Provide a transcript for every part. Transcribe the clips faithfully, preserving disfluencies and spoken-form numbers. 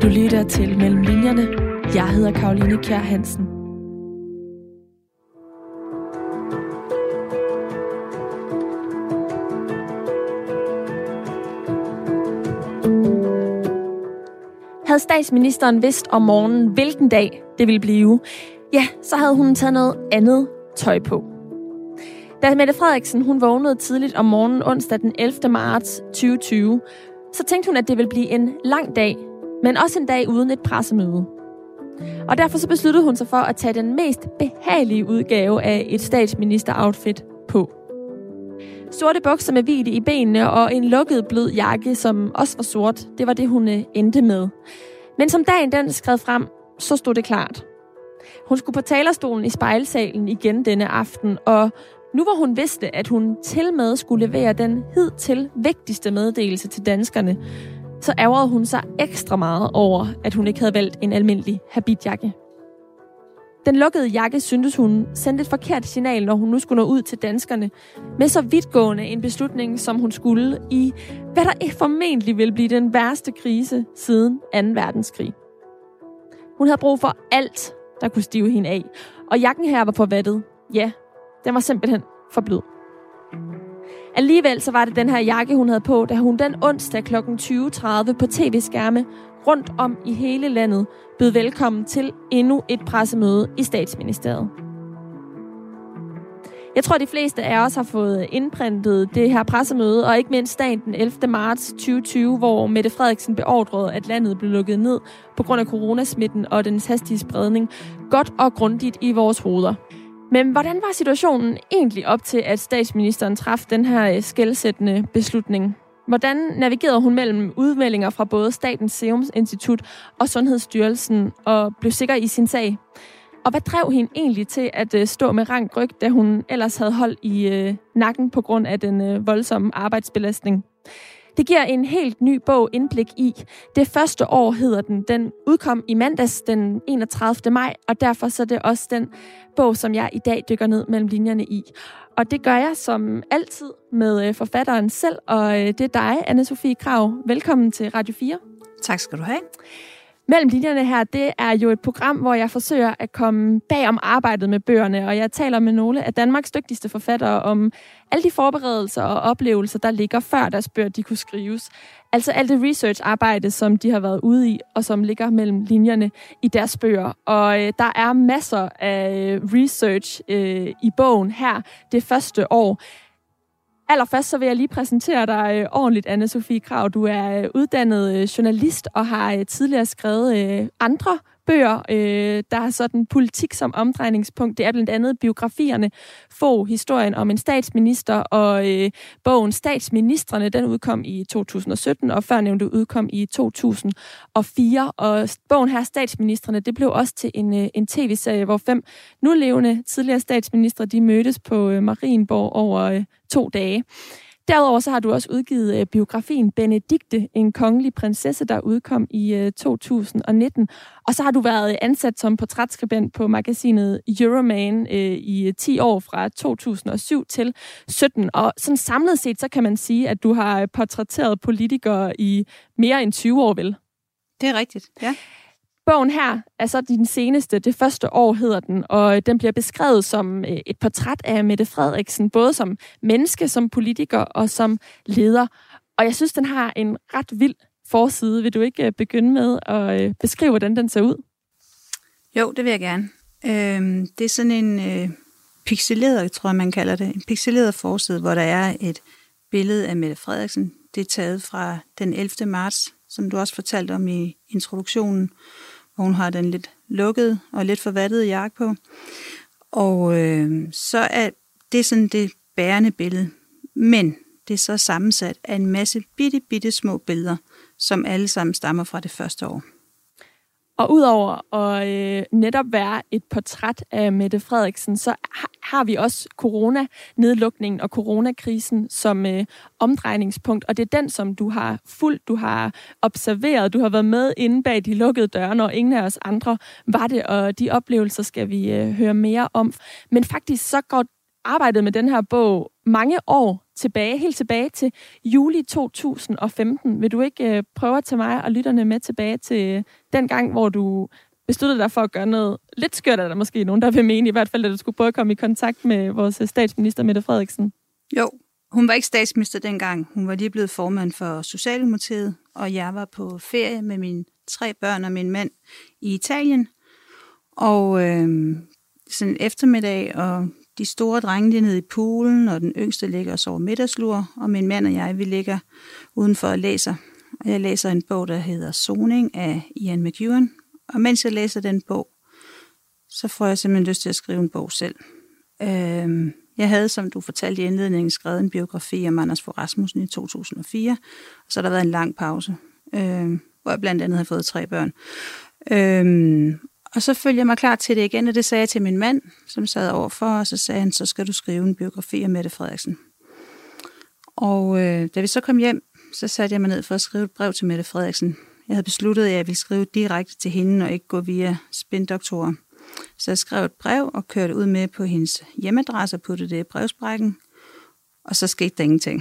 Du lytter til Mellem Linjerne. Jeg hedder Caroline Kjær Hansen. Havde statsministeren vidst om morgenen, hvilken dag det ville blive, ja, så havde hun taget noget andet tøj på. Da Mette Frederiksen hun vågnede tidligt om morgenen onsdag den ellevte marts tyve tyve, så tænkte hun, at det ville blive en lang dag, men også en dag uden et pressemøde. Og derfor så besluttede hun sig for at tage den mest behagelige udgave af et statsminister-outfit på. Sorte bukser med hvide i benene og en lukket blød jakke, som også var sort, det var det, hun endte med. Men som dagen den skred frem, så stod det klart. Hun skulle på talerstolen i spejlsalen igen denne aften, og nu hvor hun vidste, at hun til med skulle levere den hidtil vigtigste meddelelse til danskerne, så ærgerede hun sig ekstra meget over, at hun ikke havde valgt en almindelig habitjakke. Den lukkede jakke syntes hun sendte et forkert signal, når hun nu skulle nå ud til danskerne, med så vidtgående en beslutning, som hun skulle i, hvad der formentlig ville blive den værste krise siden anden verdenskrig. Hun havde brug for alt, der kunne stive hende af, og jakken her var på vattet. Ja, den var simpelthen for blød. Alligevel så var det den her jakke, hun havde på, da hun den onsdag klokken tyve tredive på tv-skærme rundt om i hele landet bød velkommen til endnu et pressemøde i Statsministeriet. Jeg tror, de fleste af os har fået indprintet det her pressemøde, og ikke mindst dagen den ellevte marts tyve tyve, hvor Mette Frederiksen beordrede, at landet blev lukket ned på grund af coronasmitten og dens hastige spredning, godt og grundigt i vores hoveder. Men hvordan var situationen egentlig op til, at statsministeren traf den her skelsættende beslutning? Hvordan navigerede hun mellem udmeldinger fra både Statens Serum Institut og Sundhedsstyrelsen og blev sikker i sin sag? Og hvad drev hende egentlig til at stå med rank ryg, da hun ellers havde holdt i øh, nakken på grund af den øh, voldsomme arbejdsbelastning? Det giver en helt ny bog indblik i. Det første år hedder den. Den udkom i mandags den enogtredivte maj, og derfor så er det også den bog, som jeg i dag dykker ned mellem linjerne i. Og det gør jeg som altid med forfatteren selv, og det er dig, Anne-Sophie Krag. Velkommen til Radio fire. Tak skal du have. Mellem linjerne her, det er jo et program, hvor jeg forsøger at komme bag om arbejdet med bøgerne, og jeg taler med nogle af Danmarks dygtigste forfattere om alle de forberedelser og oplevelser, der ligger før deres bøger, de kunne skrives. Altså alt det research-arbejde, som de har været ude i, og som ligger mellem linjerne i deres bøger. Og øh, der er masser af research øh, i bogen her det første år. Allerførst så vil jeg lige præsentere dig øh, ordentligt, Anne-Sophie Krag. Du er øh, uddannet øh, journalist og har øh, tidligere skrevet øh, andre bøger, øh, der har sådan politik som omdrejningspunkt. Det er blandt andet biografierne Få, historien om en statsminister, og øh, bogen Statsministrene, den udkom i to tusind og sytten, og førnævnte udkom i to tusind og fire. Og bogen her, Statsministrene, det blev også til en, øh, en tv-serie, hvor fem nulevende tidligere statsministre, de mødtes på øh, Marienborg over øh, to dage. Derudover så har du også udgivet øh, biografien Benedikte, en kongelig prinsesse, der udkom i øh, to tusind og nitten. Og så har du været ansat som portrætskribent på magasinet Euroman øh, i ti år fra to tusind og syv til sytten. Og sådan samlet set, så kan man sige, at du har portrætteret politikere i mere end tyve år, vel? Det er rigtigt, ja. Bogen her er så din seneste, det første år hedder den, og den bliver beskrevet som et portræt af Mette Frederiksen, både som menneske, som politiker og som leder. Og jeg synes, den har en ret vild forside. Vil du ikke begynde med at beskrive, hvordan den ser ud? Jo, det vil jeg gerne. Øhm, det er sådan en øh, pixeleret, tror jeg, man kalder det. En pixeleret forside, hvor der er et billede af Mette Frederiksen. Det er taget fra den ellevte marts, som du også fortalte om i introduktionen, hvor hun har den lidt lukkede og lidt forvattede jakke på. Og øh, så er det sådan det bærende billede. Men det er så sammensat af en masse bitte, bitte små billeder, som alle sammen stammer fra det første år. Og udover at øh, netop være et portræt af Mette Frederiksen, så har, har vi også coronanedlukningen og coronakrisen som øh, omdrejningspunkt. Og det er den, som du har fulgt, du har observeret, du har været med inde bag de lukkede døre, og ingen af os andre var det. Og de oplevelser skal vi øh, høre mere om. Men faktisk så går arbejdet med den her bog mange år tilbage, helt tilbage til juli to tusind og femten. Vil du ikke øh, prøve at tage mig og lytterne med tilbage til den gang, hvor du besluttede dig for at gøre noget lidt skørt, er der måske nogen, der vil mene, i hvert fald, at du skulle prøve at komme i kontakt med vores statsminister, Mette Frederiksen? Jo, hun var ikke statsminister dengang. Hun var lige blevet formand for Socialdemokratiet, og jeg var på ferie med mine tre børn og min mand i Italien. Og øh, sådan en eftermiddag, og de store drenge, de er nede i poolen, og den yngste ligger og sover middagslur, og min mand og jeg, vi ligger udenfor og læser. Og jeg læser en bog, der hedder Soning af Ian McEwan. Og mens jeg læser den bog, så får jeg simpelthen lyst til at skrive en bog selv. Øh, jeg havde, som du fortalte i indledningen, skrevet en biografi om Anders Fogh Rasmussen i to tusind og fire, og så har der været en lang pause, øh, hvor jeg blandt andet har fået tre børn. Øh, Og så følte jeg mig klar til det igen, og det sagde jeg til min mand, som sad overfor, og så sagde han, så skal du skrive en biografi om Mette Frederiksen. Og øh, da vi så kom hjem, så satte jeg mig ned for at skrive et brev til Mette Frederiksen. Jeg havde besluttet, at jeg ville skrive direkte til hende, og ikke gå via spindoktorer. Så jeg skrev et brev og kørte ud med på hendes hjemmeadresse og puttede det i brevsprækken, og så skete der ingenting.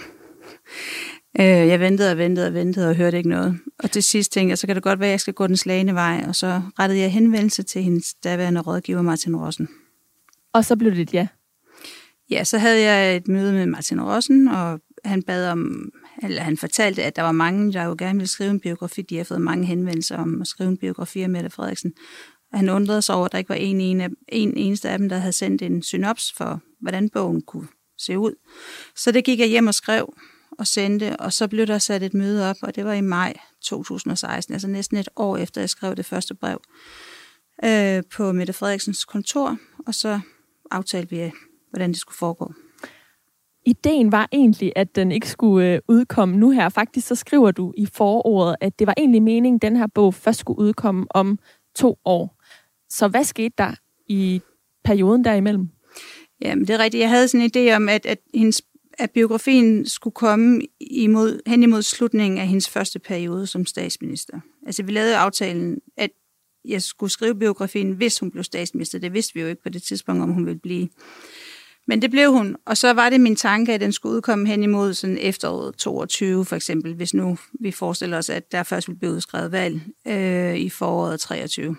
Jeg ventede og ventede og ventede og hørte ikke noget. Og til sidst tænkte jeg, så kan det godt være, at jeg skal gå den slagne vej. Og så rettede jeg henvendelse til hendes daværende rådgiver, Martin Rossen. Og så blev det et ja? Ja, så havde jeg et møde med Martin Rossen, og han bad om, eller han fortalte, at der var mange, der jo gerne ville skrive en biografi. De har fået mange henvendelser om at skrive en biografi af Mette Frederiksen. Og han undrede sig over, at der ikke var en, en, af, en eneste af dem, der havde sendt en synops for, hvordan bogen kunne se ud. Så det gik jeg hjem og skrev og sendte, og så blev der sat et møde op, og det var i maj to tusind og seksten, altså næsten et år efter, jeg skrev det første brev, øh, på Mette Frederiksens kontor, og så aftalte vi, hvordan det skulle foregå. Ideen var egentlig, at den ikke skulle øh, udkomme nu her. Faktisk så skriver du i forordet, at det var egentlig meningen, at den her bog først skulle udkomme om to år. Så hvad skete der i perioden derimellem? Jamen, det er rigtigt. Jeg havde sådan en idé om, at, at hendes at biografien skulle komme imod, hen imod slutningen af hendes første periode som statsminister. Altså, vi lavede aftalen, at jeg skulle skrive biografien, hvis hun blev statsminister. Det vidste vi jo ikke på det tidspunkt, om hun ville blive. Men det blev hun, og så var det min tanke, at den skulle udkomme hen imod sådan efteråret toogtyve, for eksempel, hvis nu vi forestiller os, at der først ville blive udskrevet valg øh, i foråret treogtyve.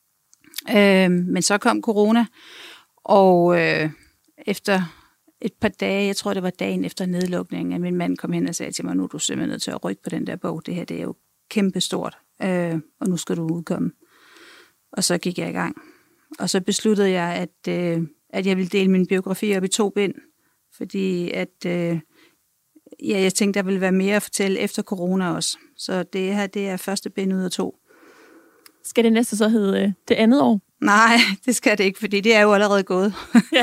Øh, men så kom corona, og øh, efter et par dage, jeg tror det var dagen efter nedlukningen, at min mand kom hen og sagde til mig, nu er du simpelthen nødt til at rykke på den der bog, det her det er jo kæmpestort, øh, og nu skal du udkomme. Og så gik jeg i gang. Og så besluttede jeg, at, øh, at jeg ville dele min biografi op i to bind, fordi at, øh, ja, jeg tænkte, der ville være mere at fortælle efter corona også. Så det her, det er første bind ud af to. Skal det næste så hedde øh, det andet år? Nej, det skal det ikke, fordi det er jo allerede gået. Ja.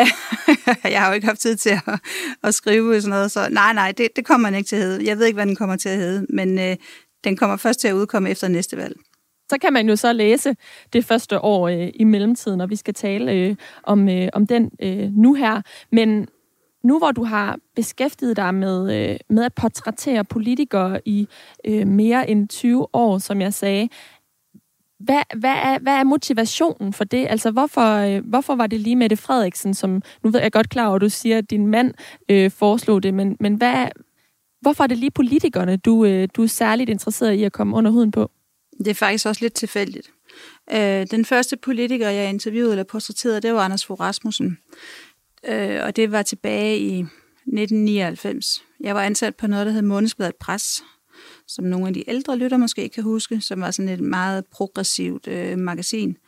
Jeg har jo ikke haft tid til at, at skrive sådan noget, så nej, nej, det, det kommer den ikke til at hedde. Jeg ved ikke, hvad den kommer til at hedde, men øh, den kommer først til at udkomme efter næste valg. Så kan man jo så læse det første år øh, i mellemtiden, og vi skal tale øh, om, øh, om den øh, nu her. Men nu hvor du har beskæftiget dig med, øh, med at portrættere politikere i øh, mere end tyve år, som jeg sagde, Hvad, hvad, er, hvad er motivationen for det? Altså, hvorfor, øh, hvorfor var det lige Mette Frederiksen, som, nu ved jeg godt klar over, at du siger, at din mand øh, foreslog det, men, men hvad, hvorfor er det lige politikerne, du, øh, du er særligt interesseret i at komme under huden på? Det er faktisk også lidt tilfældigt. Øh, den første politiker, jeg interviewede eller portrætterede, det var Anders Fogh Rasmussen. Øh, og det var tilbage i nitten nioghalvfems. Jeg var ansat på noget, der hed Månedsbladet Pres, som nogle af de ældre lytter måske kan huske, som var sådan et meget progressivt øh, magasin.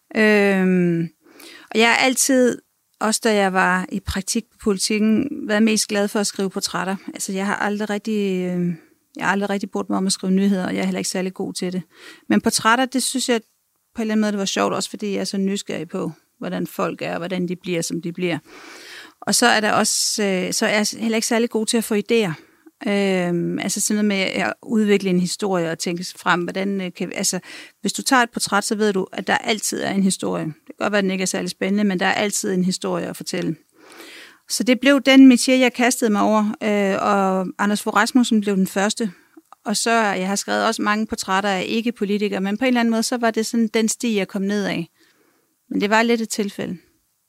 Øhm, og jeg har altid, også da jeg var i praktik på Politikken, været mest glad for at skrive portrætter. Altså jeg har aldrig rigtig, øh, jeg har aldrig rigtig brugt mig om at skrive nyheder, og jeg er heller ikke særlig god til det. Men portrætter, det synes jeg på en eller anden måde, det var sjovt, også fordi jeg er så nysgerrig på, hvordan folk er, og hvordan de bliver, som de bliver. Og så er der også, øh, så er jeg heller ikke særlig god til at få idéer. Øhm, altså sådan noget med at udvikle en historie og tænke frem, hvordan kan, altså hvis du tager et portræt, så ved du, at der altid er en historie. Det kan godt være, at den ikke er særlig spændende, men der er altid en historie at fortælle. Så det blev den metier, jeg kastede mig over, øh, og Anders Fogh Rasmussen blev den første. Og så, jeg har skrevet også mange portrætter af ikke-politikere, men på en eller anden måde, så var det sådan den sti, jeg kom ned af. Men det var lidt et tilfælde.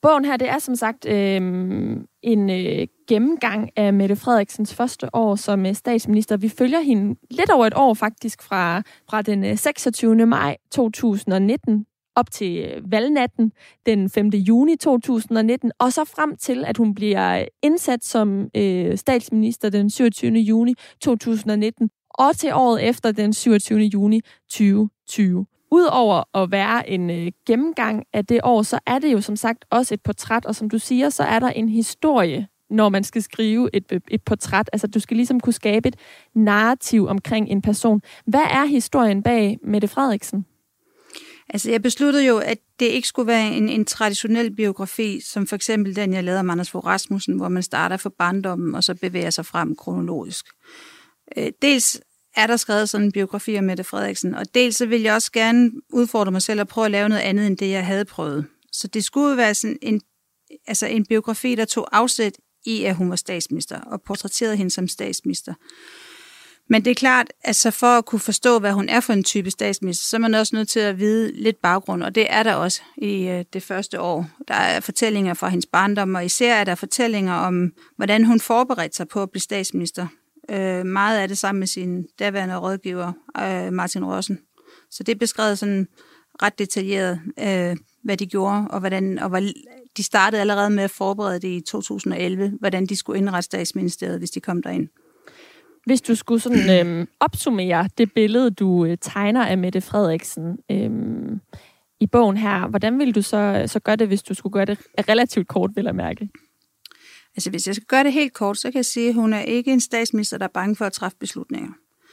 Bogen her, det er som sagt øh, en øh, gennemgang af Mette Frederiksens første år som øh, statsminister. Vi følger hende lidt over et år faktisk fra, fra den øh, seksogtyvende maj to tusind og nitten op til øh, valgnatten den femte juni to tusind og nitten, og så frem til, at hun bliver indsat som øh, statsminister den syvogtyvende juni to tusind og nitten, og til året efter den syvogtyvende juni tyve tyve. Udover at være en øh, gennemgang af det år, så er det jo som sagt også et portræt, og som du siger, så er der en historie, når man skal skrive et, et portræt. Altså, du skal ligesom kunne skabe et narrativ omkring en person. Hvad er historien bag Mette Frederiksen? Altså, jeg besluttede jo, at det ikke skulle være en, en traditionel biografi, som for eksempel den, jeg lavede om Anders Fogh Rasmussen, hvor man starter fra barndommen, og så bevæger sig frem kronologisk. Øh, dels er der skrevet sådan en biografi om Mette Frederiksen, og dels så vil jeg også gerne udfordre mig selv og prøve at lave noget andet, end det, jeg havde prøvet. Så det skulle være sådan en, altså en biografi, der tog afsæt i, at hun var statsminister, og portrætterede hende som statsminister. Men det er klart, at så for at kunne forstå, hvad hun er for en type statsminister, så er man også nødt til at vide lidt baggrund, og det er der også i øh, det første år. Der er fortællinger fra hendes barndom, og især er der fortællinger om, hvordan hun forberedte sig på at blive statsminister. Øh, meget af det sammen med sin daværende rådgiver, øh, Martin Rossen. Så det er beskrevet sådan ret detaljeret, øh, hvad de gjorde, og hvordan og hvad, de startede allerede med at forberede det i to tusind og elleve, hvordan de skulle indrette statsministeriet, hvis de kom derind. Hvis du skulle sådan øh, opsummere det billede, du øh, tegner af Mette Frederiksen øh, i bogen her, hvordan ville du så, så gøre det, hvis du skulle gøre det relativt kort, vil jeg mærke? Altså, hvis jeg skal gøre det helt kort, så kan jeg sige, at hun er ikke en statsminister, der er bange for at træffe beslutninger.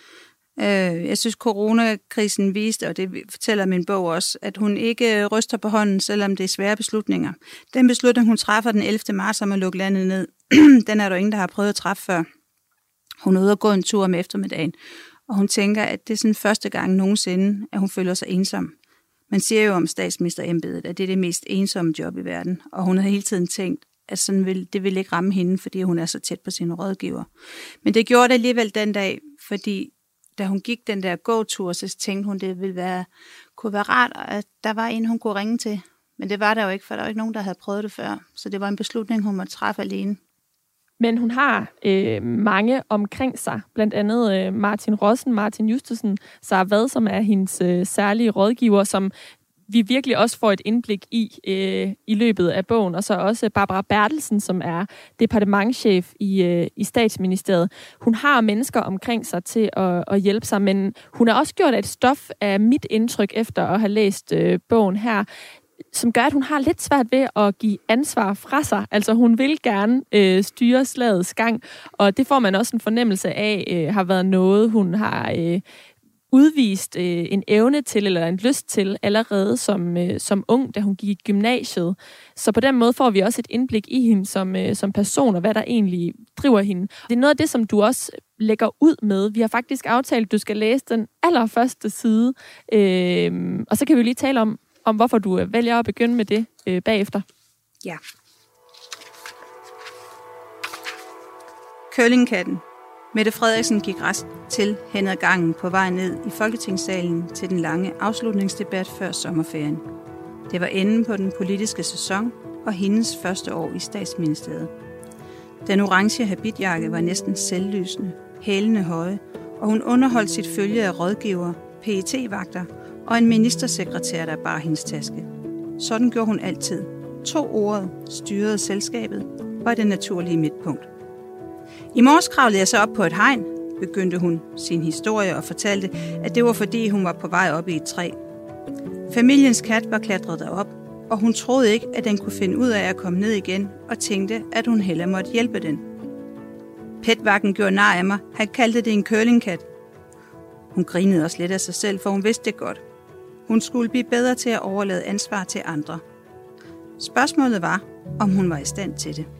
Jeg synes, coronakrisen viste, og det fortæller min bog også, at hun ikke ryster på hånden, selvom det er svære beslutninger. Den beslutning, hun træffer den ellevte marts om at lukke landet ned, den er der ingen, der har prøvet at træffe før. Hun er ude og gå en tur om eftermiddagen, og hun tænker, at det er sådan første gang nogensinde, at hun føler sig ensom. Man siger jo om statsministerembedet, at det er det mest ensomme job i verden, og hun har hele tiden tænkt, at sådan vil, det vil ikke ramme hende, fordi hun er så tæt på sine rådgiver. Men det gjorde det alligevel den dag, fordi da hun gik den der gåtur, så tænkte hun, det ville være, kunne være rart, at der var en, hun kunne ringe til. Men det var der jo ikke, for der var ikke nogen, der havde prøvet det før. Så det var en beslutning, hun måtte træffe alene. Men hun har øh, mange omkring sig, blandt andet øh, Martin Rossen, Martin Justesen, Sara Vad, som er hendes øh, særlige rådgiver, som vi virkelig også får et indblik i øh, i løbet af bogen, og så også Barbara Bertelsen, som er departementschef i, øh, i statsministeriet. Hun har mennesker omkring sig til at, at hjælpe sig, men hun har også gjort et stof af mit indtryk efter at have læst øh, bogen her, som gør, at hun har lidt svært ved at give ansvar fra sig. Altså hun vil gerne øh, styre slagets gang, og det får man også en fornemmelse af, øh, har været noget, hun har øh, udvist øh, en evne til, eller en lyst til, allerede som, øh, som ung, da hun gik i gymnasiet. Så på den måde får vi også et indblik i hende som, øh, som person, og hvad der egentlig driver hende. Det er noget af det, som du også lægger ud med. Vi har faktisk aftalt, at du skal læse den allerførste side, øh, og så kan vi lige tale om, om hvorfor du vælger at begynde med det øh, bagefter. Ja. Curlingkatten. Mette Frederiksen gik rask til hen ad gangen på vej ned i Folketingssalen til den lange afslutningsdebat før sommerferien. Det var enden på den politiske sæson og hendes første år i statsministeriet. Den orange habitjakke var næsten selvlysende, hælene høje, og hun underholdt sit følge af rådgiver, P E T-vagter og en ministersekretær, der bar hendes taske. Sådan gjorde hun altid. To ordet styrede selskabet og det naturlige midtpunkt. I morges kravlede jeg så op på et hegn, begyndte hun sin historie og fortalte, at det var fordi hun var på vej op i et træ. Familiens kat var klatret derop, og hun troede ikke, at den kunne finde ud af at komme ned igen, og tænkte, at hun hellere måtte hjælpe den. Petvagten gjorde nar af mig. Han kaldte det en curlingkat. Hun grinede også lidt af sig selv, for hun vidste det godt. Hun skulle blive bedre til at overlade ansvar til andre. Spørgsmålet var, om hun var i stand til det.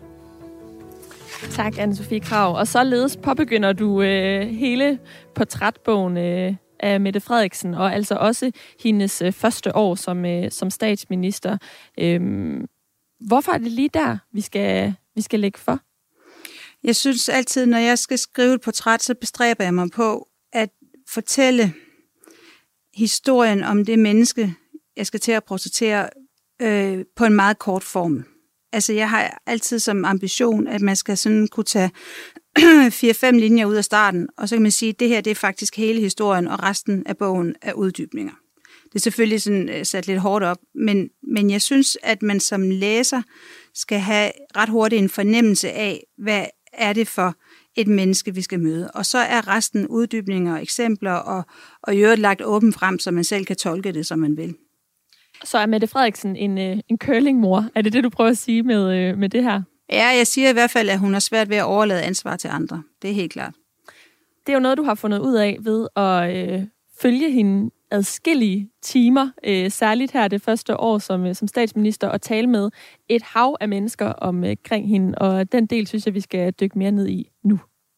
Tak, Anne-Sophie Krag. Og således påbegynder du øh, hele portrætbogen øh, af Mette Frederiksen, og altså også hendes øh, første år som, øh, som statsminister. Øhm, hvorfor er det lige der, vi skal, vi skal lægge for? Jeg synes altid, når jeg skal skrive et portræt, så bestræber jeg mig på at fortælle historien om det menneske, jeg skal til at portrættere øh, på en meget kort formel. Altså, jeg har altid som ambition, at man skal sådan kunne tage fire fem linjer ud af starten, og så kan man sige, at det her det er faktisk hele historien, og resten af bogen er uddybninger. Det er selvfølgelig sådan sat lidt hårdt op, men, men jeg synes, at man som læser skal have ret hurtigt en fornemmelse af, hvad er det for et menneske, vi skal møde. Og så er resten uddybninger og eksempler, og, og i øvrigt lagt åbent frem, så man selv kan tolke det, som man vil. Så er Mette Frederiksen en, en curlingmor. Er det det, du prøver at sige med, med det her? Ja, jeg siger i hvert fald, at hun har svært ved at overlade ansvar til andre. Det er helt klart. Det er jo noget, du har fundet ud af ved at øh, følge hende adskillige timer, øh, særligt her det første år som, som statsminister, og tale med et hav af mennesker omkring hende, og den del synes jeg, vi skal dykke mere ned i nu.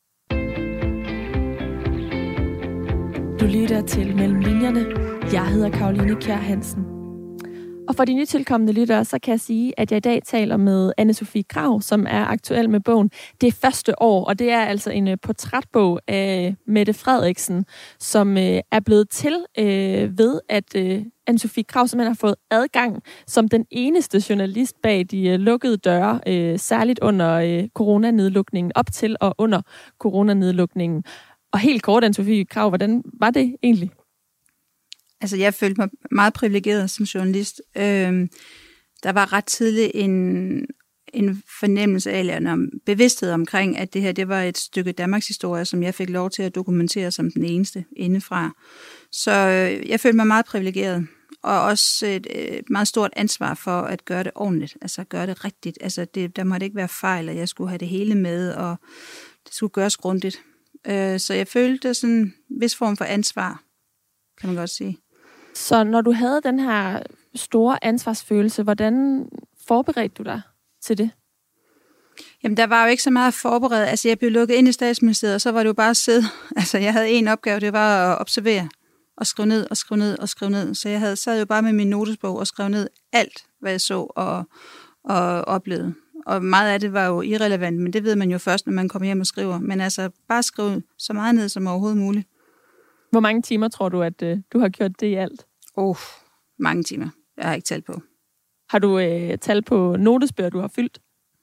Du lytter til Mellem Linjerne. Jeg hedder Caroline Kjær Hansen. Og for de nytilkommende lyttere, så kan jeg sige, at jeg i dag taler med Anne-Sophie Krag, som er aktuel med bogen Det første år, og det er altså en portrætbog af Mette Frederiksen, som er blevet til øh, ved, at øh, Anne-Sophie Krag simpelthen har fået adgang som den eneste journalist bag de øh, lukkede døre, øh, særligt under øh, coronanedlukningen, op til og under coronanedlukningen. Og helt kort, Anne-Sophie Krag, hvordan var det egentlig? Altså, jeg følte mig meget privilegeret som journalist. Øhm, der var ret tidligt en, en fornemmelse af, eller en bevidsthed omkring, at det her, det var et stykke Danmarks historie, som jeg fik lov til at dokumentere som den eneste indefra. Så øh, jeg følte mig meget privilegeret, og også et, et meget stort ansvar for at gøre det ordentligt, altså gøre det rigtigt. Altså, det, der måtte ikke være fejl, og jeg skulle have det hele med, og det skulle gøres grundigt. Øh, så jeg følte sådan en vis form for ansvar, kan man godt sige. Så når du havde den her store ansvarsfølelse, hvordan forberedte du dig til det? Jamen, der var jo ikke så meget forberedt. Altså, jeg blev lukket ind i Statsministeriet, og så var det jo bare at sidde. Altså, jeg havde en opgave, det var at observere og skrive ned og skrive ned og skrive ned. Så jeg havde, sad jo bare med min notesbog og skrev ned alt, hvad jeg så og, og oplevede. Og meget af det var jo irrelevant, men det ved man jo først, når man kommer hjem og skriver. Men altså, bare skrive så meget ned som overhovedet muligt. Hvor mange timer tror du, at øh, du har gjort det i alt? Åh, oh, mange timer. Jeg har ikke talt på. Har du øh, talt på notesbøger, du har fyldt?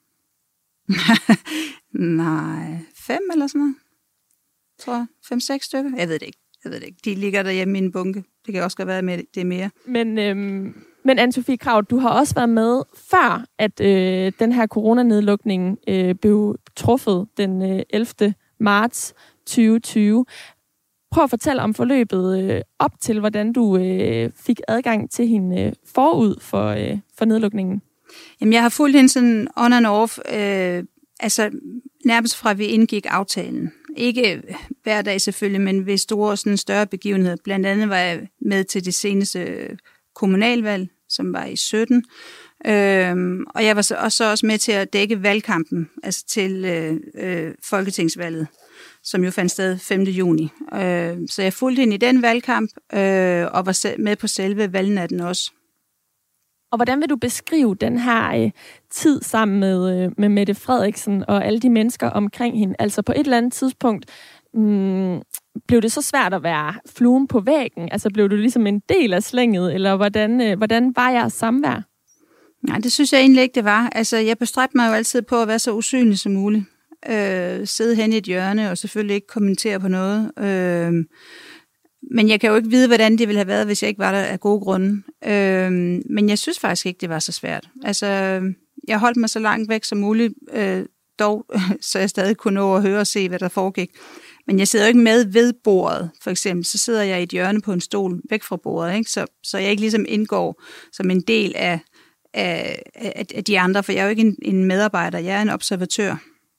Nej, fem eller sådan noget. Tror jeg. Fem, seks stykker. Jeg ved det ikke. Jeg ved det ikke. De ligger derhjemme i en bunke. Det kan også godt være, med det er mere. Men, øhm, men Anne-Sophie Krag, du har også været med før, at øh, den her coronanedlukning øh, blev truffet den øh, ellevte marts tyve tyve. Prøv at fortælle om forløbet øh, op til, hvordan du øh, fik adgang til hende øh, forud for, øh, for nedlukningen. Jamen, jeg har fulgt hende sådan on and off, øh, altså nærmest fra vi indgik aftalen. Ikke hver dag selvfølgelig, men ved store sådan større begivenheder. Blandt andet var jeg med til det seneste kommunalvalg, som var i sytten. Øhm, og jeg var så også, også med til at dække valgkampen, altså til øh, øh, folketingsvalget, som jo fandt sted femte juni. Øh, så jeg fulgte hende i den valgkamp, øh, og var med på selve valgnatten også. Og hvordan vil du beskrive den her øh, tid sammen med, øh, med Mette Frederiksen og alle de mennesker omkring hende? Altså på et eller andet tidspunkt, mm, blev det så svært at være fluen på væggen? Altså blev du ligesom en del af slænget, eller hvordan, øh, hvordan var jeres samvær? Nej, det synes jeg egentlig ikke, det var. Altså, jeg bestræbte mig jo altid på at være så usynlig som muligt. Øh, sidde hen i et hjørne og selvfølgelig ikke kommentere på noget. Øh, men jeg kan jo ikke vide, hvordan det ville have været, hvis jeg ikke var der af gode grunde. Øh, men jeg synes faktisk ikke, det var så svært. Altså, jeg holdt mig så langt væk som muligt, øh, dog, så jeg stadig kunne nå at høre og se, hvad der foregik. Men jeg sidder jo ikke med ved bordet, for eksempel. Så sidder jeg i et hjørne på en stol væk fra bordet, ikke? Så, så jeg ikke ligesom indgår som en del af, af, af, af de andre, for jeg er jo ikke en, en medarbejder, jeg er en observatør.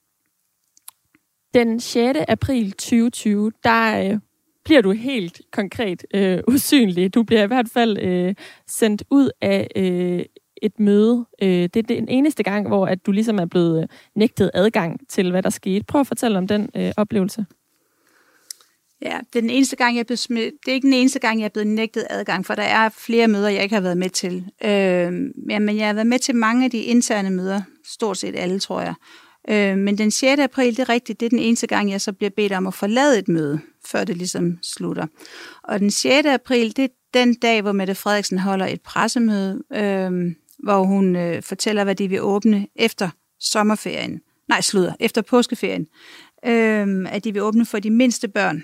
Den sjette april tyve tyve, der øh, bliver du helt konkret øh, usynlig. Du bliver i hvert fald øh, sendt ud af øh, et møde. Øh, det er den eneste gang, hvor at du ligesom er blevet nægtet adgang til, hvad der skete. Prøv at fortælle om den øh, oplevelse. Ja, det er den eneste gang, jeg er blevet smidt. Det er ikke den eneste gang, jeg er blevet nægtet adgang, for der er flere møder, jeg ikke har været med til. Øh, ja, men jeg har været med til mange af de interne møder, stort set alle, tror jeg. Øh, men den sjette april, det er rigtigt, det er den eneste gang, jeg så bliver bedt om at forlade et møde, før det ligesom slutter. Og den sjette april, det er den dag, hvor Mette Frederiksen holder et pressemøde, øh, hvor hun øh, fortæller, hvad de vil åbne efter sommerferien. Nej, slutter, efter påskeferien. Øh, at de vil åbne for de mindste børn.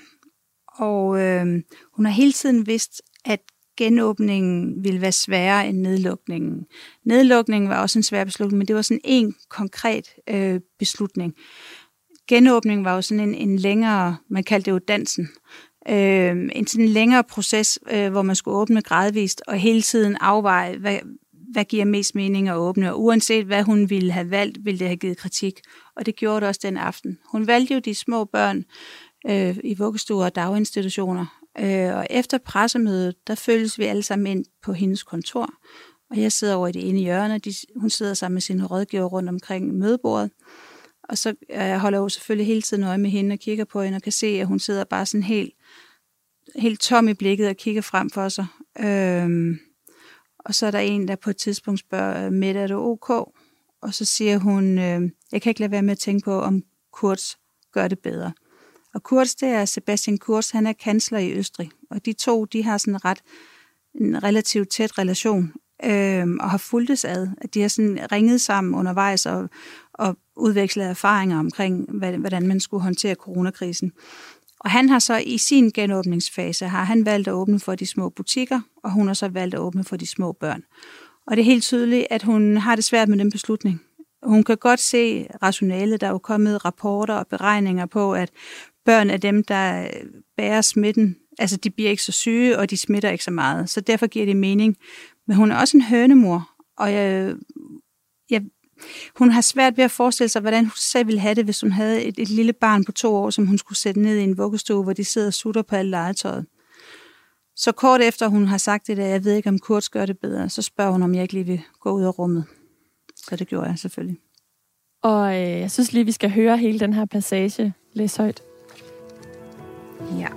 Og øh, hun har hele tiden vidst, at genåbningen ville være sværere end nedlukningen. Nedlukningen var også en svær beslutning, men det var sådan en konkret øh, beslutning. Genåbningen var jo sådan en, en længere, man kaldte det jo dansen, øh, en sådan en længere proces, øh, hvor man skulle åbne gradvist og hele tiden afveje, hvad, hvad giver mest mening at åbne. Og uanset hvad hun ville have valgt, ville det have givet kritik. Og det gjorde det også den aften. Hun valgte jo de små børn øh, i vuggestuer og daginstitutioner. Øh, og efter pressemødet, der følges vi alle sammen ind på hendes kontor. Og jeg sidder over i det ene hjørne, og de, hun sidder sammen med sine rådgiver rundt omkring mødebordet. Og så øh, holder jeg jo selvfølgelig hele tiden øje med hende og kigger på hende og kan se, at hun sidder bare sådan helt, helt tom i blikket og kigger frem for sig. Øhm, og så er der en, der på et tidspunkt spørger, Mette, er du ok? Og så siger hun, øh, jeg kan ikke lade være med at tænke på, om Kurz gør det bedre. Og Kurz, det er Sebastian Kurz, han er kansler i Østrig. Og de to, de har sådan ret, en relativt tæt relation øh, og har fulgtes ad. At de har sådan ringet sammen undervejs og, og udvekslet erfaringer omkring, hvordan man skulle håndtere coronakrisen. Og han har så i sin genåbningsfase, har han valgt at åbne for de små butikker, og hun har så valgt at åbne for de små børn. Og det er helt tydeligt, at hun har det svært med den beslutning. Hun kan godt se rationalet, der er jo kommet rapporter og beregninger på, at børn er dem, der bærer smitten. Altså, de bliver ikke så syge, og de smitter ikke så meget. Så derfor giver det mening. Men hun er også en hønemor, og jeg, jeg, hun har svært ved at forestille sig, hvordan hun selv ville have det, hvis hun havde et, et lille barn på to år, som hun skulle sætte ned i en vuggestue, hvor de sidder og sutter på alt legetøjet. Så kort efter hun har sagt det der, jeg ved ikke, om Kurz gør det bedre, så spørger hun, om jeg ikke lige vil gå ud af rummet. Så det gjorde jeg selvfølgelig. Og øh, jeg synes lige, vi skal høre hele den her passage. Læs højt. Ja.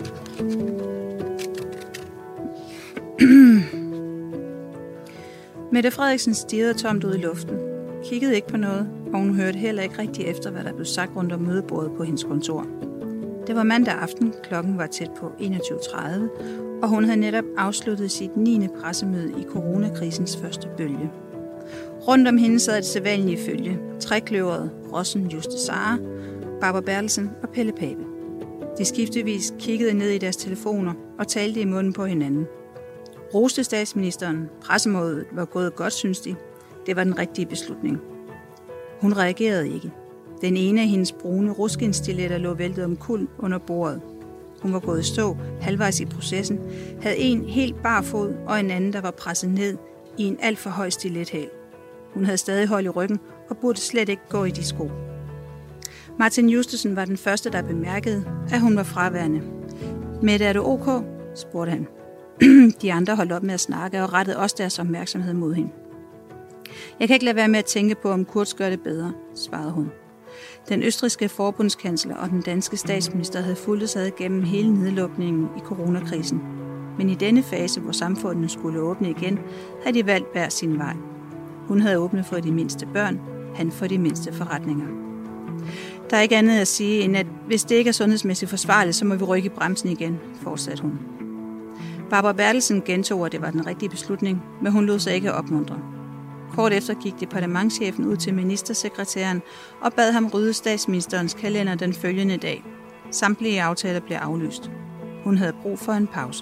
Mette Frederiksen stirrede tomt ud i luften, kiggede ikke på noget, og hun hørte heller ikke rigtig efter, hvad der blev sagt rundt om mødebordet på hendes kontor. Det var mandag aften, klokken var tæt på enogtyve tredive, og hun havde netop afsluttet sit niende pressemøde i coronakrisens første bølge. Rundt om hende sad et sædvanlige følge, trekløveret Rossen Juste Sara, Barbara Bertelsen og Pelle Pape. De skiftevis kiggede ned i deres telefoner og talte i munden på hinanden. Roste statsministeren, pressemødet var gået godt, synes de. Det var den rigtige beslutning. Hun reagerede ikke. Den ene af hendes brune ruskinstiletter lå væltet omkuld under bordet. Hun var gået i stå halvvejs i processen, havde en helt bar fod og en anden, der var presset ned i en alt for høj stilethæl. Hun havde stadig hold i ryggen og burde slet ikke gå i de sko. Martin Justesen var den første, der bemærkede, at hun var fraværende. Mette, er du ok? Spurgte han. De andre holdt op med at snakke og rettede også deres opmærksomhed mod hende. Jeg kan ikke lade være med at tænke på, om Kurz gør det bedre, svarede hun. Den østrigske forbundskansler og den danske statsminister havde fulgt sig gennem hele nedlukningen i coronakrisen. Men i denne fase, hvor samfundet skulle åbne igen, havde de valgt hver sin vej. Hun havde åbnet for de mindste børn, han for de mindste forretninger. Der er ikke andet at sige, end at hvis det ikke er sundhedsmæssigt forsvarligt, så må vi rykke i bremsen igen, fortsatte hun. Barbara Bertelsen gentog, at det var den rigtige beslutning, men hun lod sig ikke opmuntre. Kort efter gik departementschefen ud til ministersekretæren og bad ham rydde statsministerens kalender den følgende dag. Samtlige aftaler blev aflyst. Hun havde brug for en pause.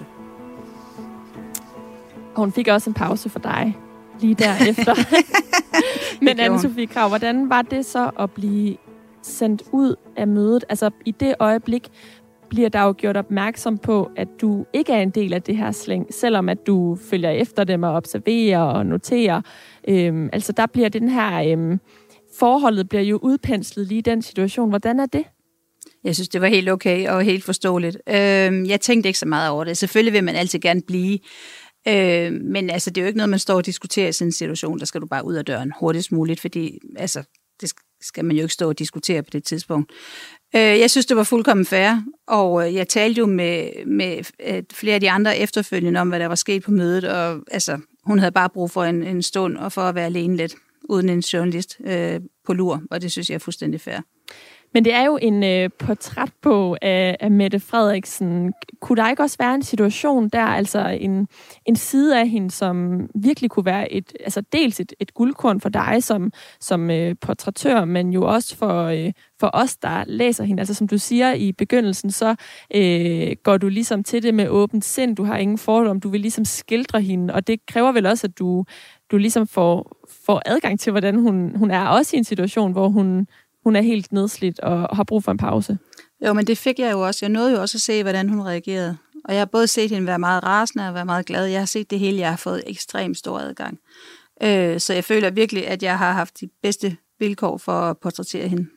Og hun fik også en pause for dig, lige derefter. Men Anne-Sophie Krag, hvordan var det så at blive sendt ud af mødet? Altså i det øjeblik bliver der jo gjort opmærksom på, at du ikke er en del af det her slæng, selvom at du følger efter dem og observerer og noterer. Øhm, altså der bliver den her øhm, forholdet bliver jo udpenslet lige i den situation. Hvordan er det? Jeg synes, det var helt okay og helt forståeligt. Øhm, jeg tænkte ikke så meget over det. Selvfølgelig vil man altid gerne blive. Øh, men altså, det er jo ikke noget, man står og diskuterer i sådan en situation. Der skal du bare ud af døren hurtigst muligt, fordi altså, det skal man jo ikke stå og diskutere på det tidspunkt. Øh, jeg synes, det var fuldkommen fair, og jeg talte jo med, med flere af de andre efterfølgende om, hvad der var sket på mødet, og altså, hun havde bare brug for en, en stund og for at være alene lidt, uden en journalist øh, på lur, og det synes jeg er fuldstændig fair. Men det er jo en øh, portrætbog af, af Mette Frederiksen. Kunne der ikke også være en situation der, altså en, en side af hende, som virkelig kunne være et, altså dels et, et guldkorn for dig som, som øh, portrættør, men jo også for, øh, for os, der læser hende. Altså som du siger i begyndelsen, så øh, går du ligesom til det med åbent sind. Du har ingen fordom, du vil ligesom skildre hende, og det kræver vel også, at du, du ligesom får, får adgang til, hvordan hun, hun er, også i en situation, hvor hun Hun er helt nedslidt og har brug for en pause. Jo, men det fik jeg jo også. Jeg nåede jo også at se, hvordan hun reagerede. Og jeg har både set hende være meget rasende og være meget glad. Jeg har set det hele. Jeg har fået ekstremt stor adgang. Øh, så jeg føler virkelig, at jeg har haft de bedste vilkår for at portrættere hende.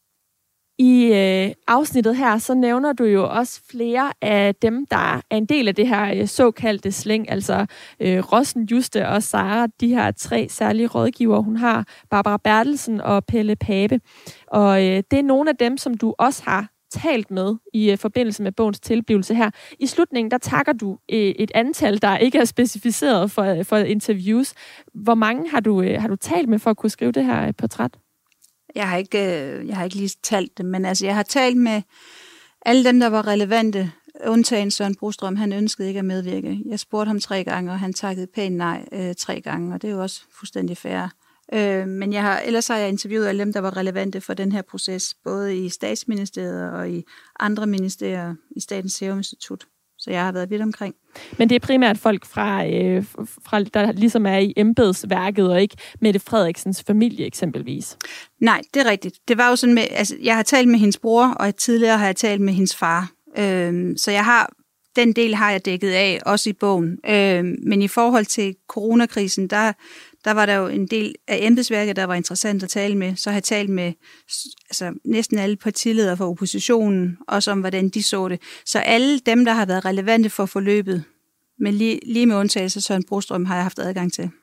I øh, afsnittet her, så nævner du jo også flere af dem, der er en del af det her øh, såkaldte slæng, altså øh, Rossen, Juste og Sara, de her tre særlige rådgivere, hun har, Barbara Bertelsen og Pelle Pape. Og øh, det er nogle af dem, som du også har talt med i øh, forbindelse med bogens tilblivelse her. I slutningen, der takker du øh, et antal, der ikke er specificeret for, for interviews. Hvor mange har du, øh, har du talt med for at kunne skrive det her øh, portræt? Jeg har ikke, jeg har ikke lige talt dem, men altså, jeg har talt med alle dem, der var relevante, undtagen Søren Brostrøm. Han ønskede ikke at medvirke. Jeg spurgte ham tre gange, og han takkede pænt nej øh, tre gange, og det er jo også fuldstændig fair. Øh, men jeg har, ellers har jeg interviewet alle dem, der var relevante for den her proces, både i Statsministeriet og i andre ministerier i Statens Serum Institut. Så jeg har været vidt omkring. Men det er primært folk fra, øh, fra der ligesom er i embedsværket, og ikke Mette Frederiksens familie eksempelvis. Nej, det er rigtigt. Det var jo sådan med, altså, jeg har talt med hendes bror, og tidligere har jeg talt med hendes far. Øhm, så jeg har, den del har jeg dækket af, også i bogen. Øhm, men i forhold til coronakrisen, der, der var der jo en del af embedsværket, der var interessant at tale med. Så har jeg talt med altså, næsten alle partiledere for oppositionen, også om, hvordan de så det. Så alle dem, der har været relevante for forløbet, men lige, lige med undtagelse Søren Brostrøm, har jeg haft adgang til.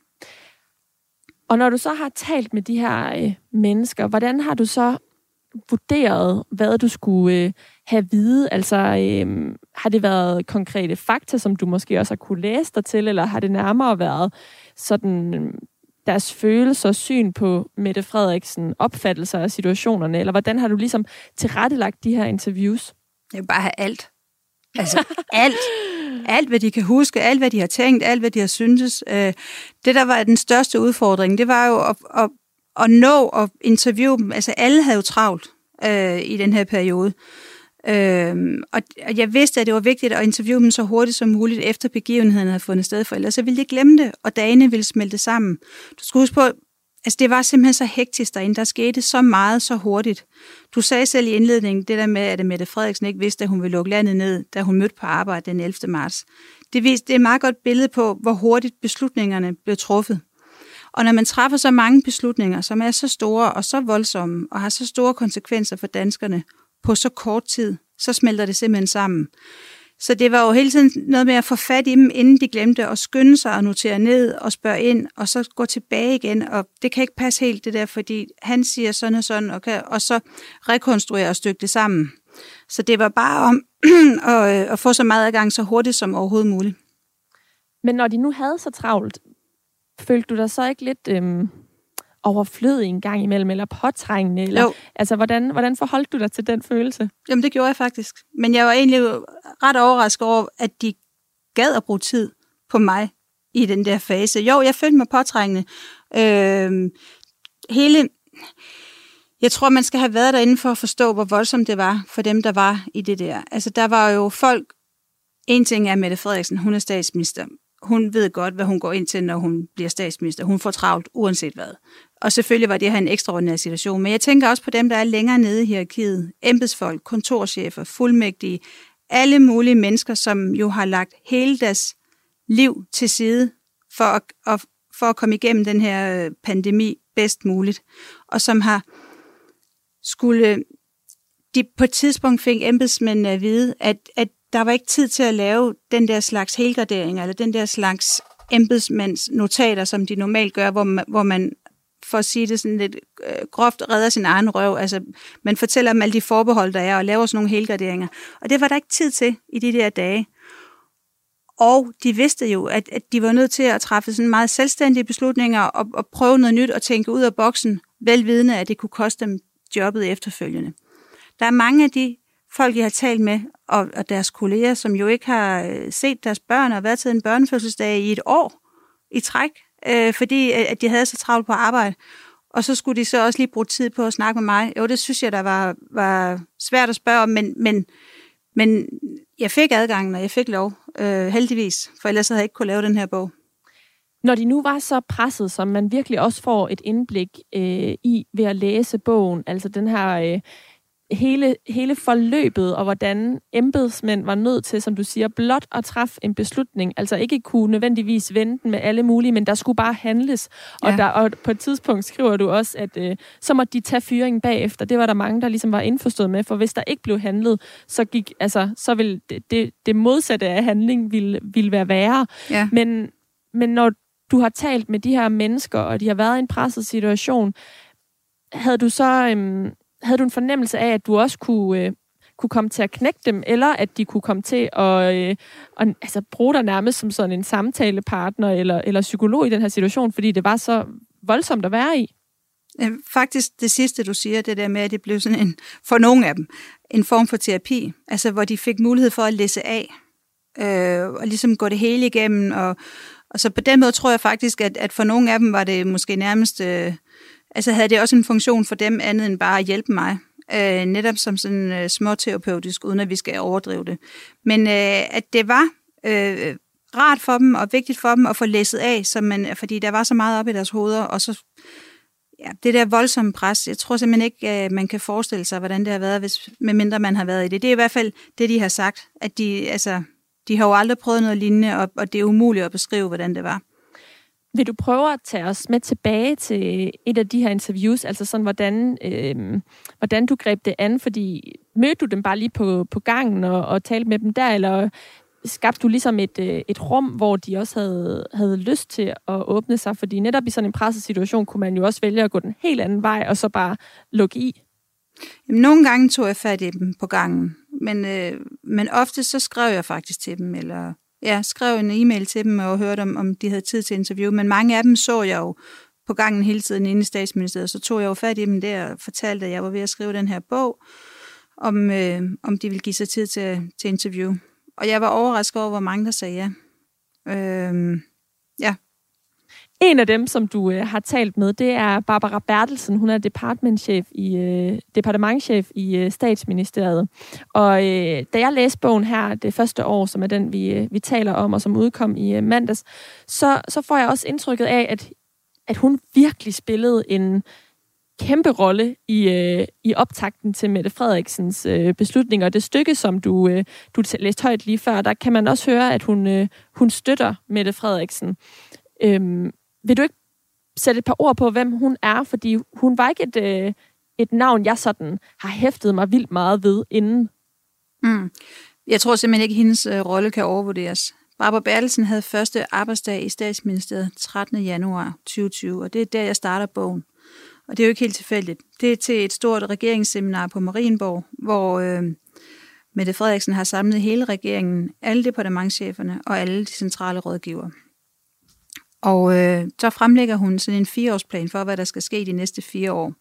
Og når du så har talt med de her øh, mennesker, hvordan har du så vurderet, hvad du skulle øh, have vide? Altså, øh, har det været konkrete fakta, som du måske også har kunne læse dig til, eller har det nærmere været sådan øh, deres følelser og syn på Mette Frederiksen, opfattelser af situationerne, eller hvordan har du ligesom tilrettelagt de her interviews? Jeg vil bare have alt. Altså alt. Alt, hvad de kan huske, alt, hvad de har tænkt, alt, hvad de har syntes. Øh, det, der var den største udfordring, det var jo at, at, at nå at interviewe dem. Altså, alle havde jo travlt øh, i den her periode. Øh, og jeg vidste, at det var vigtigt at interviewe dem så hurtigt som muligt, efter begivenheden havde fundet sted, for ellers så ville de glemme det, og dagene ville smelte sammen. Du skal huske på, altså det var simpelthen så hektisk derinde. Der skete så meget så hurtigt. Du sagde selv i indledningen, det der med, at Mette Frederiksen ikke vidste, at hun ville lukke landet ned, da hun mødte på arbejde den ellevte marts. Det, viste, det er et meget godt billede på, hvor hurtigt beslutningerne blev truffet. Og når man træffer så mange beslutninger, som er så store og så voldsomme, og har så store konsekvenser for danskerne på så kort tid, så smelter det simpelthen sammen. Så det var jo hele tiden noget med at få fat i dem, inden de glemte at skynde sig og notere ned og spørge ind, og så gå tilbage igen. Og det kan ikke passe helt det der, fordi han siger sådan og sådan, og, kan, og så rekonstruere og stykke det sammen. Så det var bare om at, at få så meget adgang så hurtigt som overhovedet muligt. Men når de nu havde så travlt, følte du dig så ikke lidt øhm, overflødig en gang imellem, eller påtrængende? Eller, jo. Altså, hvordan, hvordan forholdt du dig til den følelse? Jamen, det gjorde jeg faktisk. Men jeg var egentlig ret overrasket over, at de gad at bruge tid på mig i den der fase. Jo, jeg følte mig påtrængende. Øh, hele... Jeg tror, man skal have været derinde for at forstå, hvor voldsomt det var for dem, der var i det der. Altså, der var jo folk... En ting er Mette Frederiksen, hun er statsminister. Hun ved godt, hvad hun går ind til, når hun bliver statsminister. Hun får travlt, uanset hvad. Og selvfølgelig var det her en ekstraordinær situation. Men jeg tænker også på dem, der er længere nede i hierarkiet. Embedsfolk, kontorchefer, fuldmægtige. Alle mulige mennesker, som jo har lagt hele deres liv til side for at, for at komme igennem den her pandemi bedst muligt. Og som har skulle... De på et tidspunkt fik embedsmændene at vide, at, at der var ikke tid til at lave den der slags helgarderinger, eller den der slags embedsmænds notater, som de normalt gør, hvor man, hvor man for at sige det sådan lidt øh, groft, redder sin egen røv. Altså, man fortæller dem alle de forbehold, der er, og laver sådan nogle helgarderinger. Og det var der ikke tid til i de der dage. Og de vidste jo, at, at de var nødt til at træffe sådan meget selvstændige beslutninger, og, og prøve noget nyt og tænke ud af boksen, velvidende, at det kunne koste dem jobbet efterfølgende. Der er mange af de folk, jeg har talt med, og, og deres kolleger, som jo ikke har set deres børn og været til en børnefødselsdag i et år i træk, øh, fordi at de havde så travlt på arbejde. Og så skulle de så også lige bruge tid på at snakke med mig. Jo, det synes jeg, der var, var svært at spørge om, men, men, men jeg fik adgangen, og jeg fik lov, øh, heldigvis, for ellers havde jeg ikke kunne lave den her bog. Når de nu var så presset, som man virkelig også får et indblik øh, i ved at læse bogen, altså den her øh, hele, hele forløbet, og hvordan embedsmænd var nødt til, som du siger, blot at træffe en beslutning, altså ikke kunne nødvendigvis vente den med alle mulige, men der skulle bare handles. Og, ja. der, og på et tidspunkt skriver du også, at øh, så måtte de tage fyringen bagefter. Det var der mange, der ligesom var indforstået med, for hvis der ikke blev handlet, så gik, altså, så ville det, det, det modsatte af handling ville, ville være værre. Ja. Men, men når du har talt med de her mennesker, og de har været i en presset situation, havde du så øhm, havde du en fornemmelse af, at du også kunne, øh, kunne komme til at knække dem, eller at de kunne komme til at øh, og, altså, bruge dig nærmest som sådan en samtalepartner eller, eller psykolog i den her situation, fordi det var så voldsomt at være i? Faktisk det sidste, du siger, det der med, at det blev sådan en, for nogle af dem, en form for terapi, altså hvor de fik mulighed for at læse af, øh, og ligesom gå det hele igennem, og Og så på den måde tror jeg faktisk, at, at for nogle af dem var det måske nærmest, øh, altså havde det også en funktion for dem andet end bare at hjælpe mig. Øh, netop som sådan øh, småterapeutisk, uden at vi skal overdrive det. Men øh, at det var øh, rart for dem og vigtigt for dem at få læsset af, så man, fordi der var så meget op i deres hoveder, og så ja, det der voldsomme pres, jeg tror simpelthen ikke, at man kan forestille sig, hvordan det har været, hvis, medmindre man har været i det. Det er i hvert fald det, de har sagt, at de, altså, de har jo aldrig prøvet noget lignende, og, og det er umuligt at beskrive, hvordan det var. Vil du prøve at tage os med tilbage til et af de her interviews, altså sådan, hvordan, øh, hvordan du greb det an, fordi mødte du dem bare lige på, på gangen og, og talte med dem der, eller skabte du ligesom et, et rum, hvor de også havde, havde lyst til at åbne sig, fordi netop i sådan en presset situation kunne man jo også vælge at gå den helt anden vej, og så bare lukke i? Jamen, nogle gange tog jeg fat i dem på gangen, men, øh, men ofte så skrev jeg faktisk til dem, eller ja, skrev en e-mail til dem og hørte om, om de havde tid til interview, men mange af dem så jeg jo på gangen hele tiden inde i Statsministeriet, så tog jeg jo fat i dem der og fortalte, at jeg var ved at skrive den her bog, om, øh, om de ville give sig tid til, til interview. Og jeg var overrasket over, hvor mange der sagde ja. Øhm, ja. En af dem, som du øh, har talt med, det er Barbara Bertelsen. Hun er departementchef i, øh, departementchef i øh, Statsministeriet. Og øh, da jeg læste bogen her det første år, som er den, vi, øh, vi taler om, og som udkom i øh, mandags, så, så får jeg også indtrykket af, at, at hun virkelig spillede en kæmpe rolle i, øh, i optakten til Mette Frederiksens øh, beslutninger. Og det stykke, som du, øh, du læste højt lige før, der kan man også høre, at hun, øh, hun støtter Mette Frederiksen. Øhm, vil du ikke sætte et par ord på, hvem hun er? Fordi hun var ikke et, øh, et navn, jeg sådan har hæftet mig vildt meget ved inden. Mm. Jeg tror simpelthen ikke, at hendes øh, rolle kan overvurderes. Barbara Bertelsen havde første arbejdsdag i Statsministeriet trettende januar tyve tyve, og det er der, jeg starter bogen. Og det er jo ikke helt tilfældigt. Det er til et stort regeringsseminar på Marienborg, hvor øh, Mette Frederiksen har samlet hele regeringen, alle departementscheferne og alle de centrale rådgivere. Og øh, så fremlægger hun sådan en fireårsplan for, hvad der skal ske de næste fire år.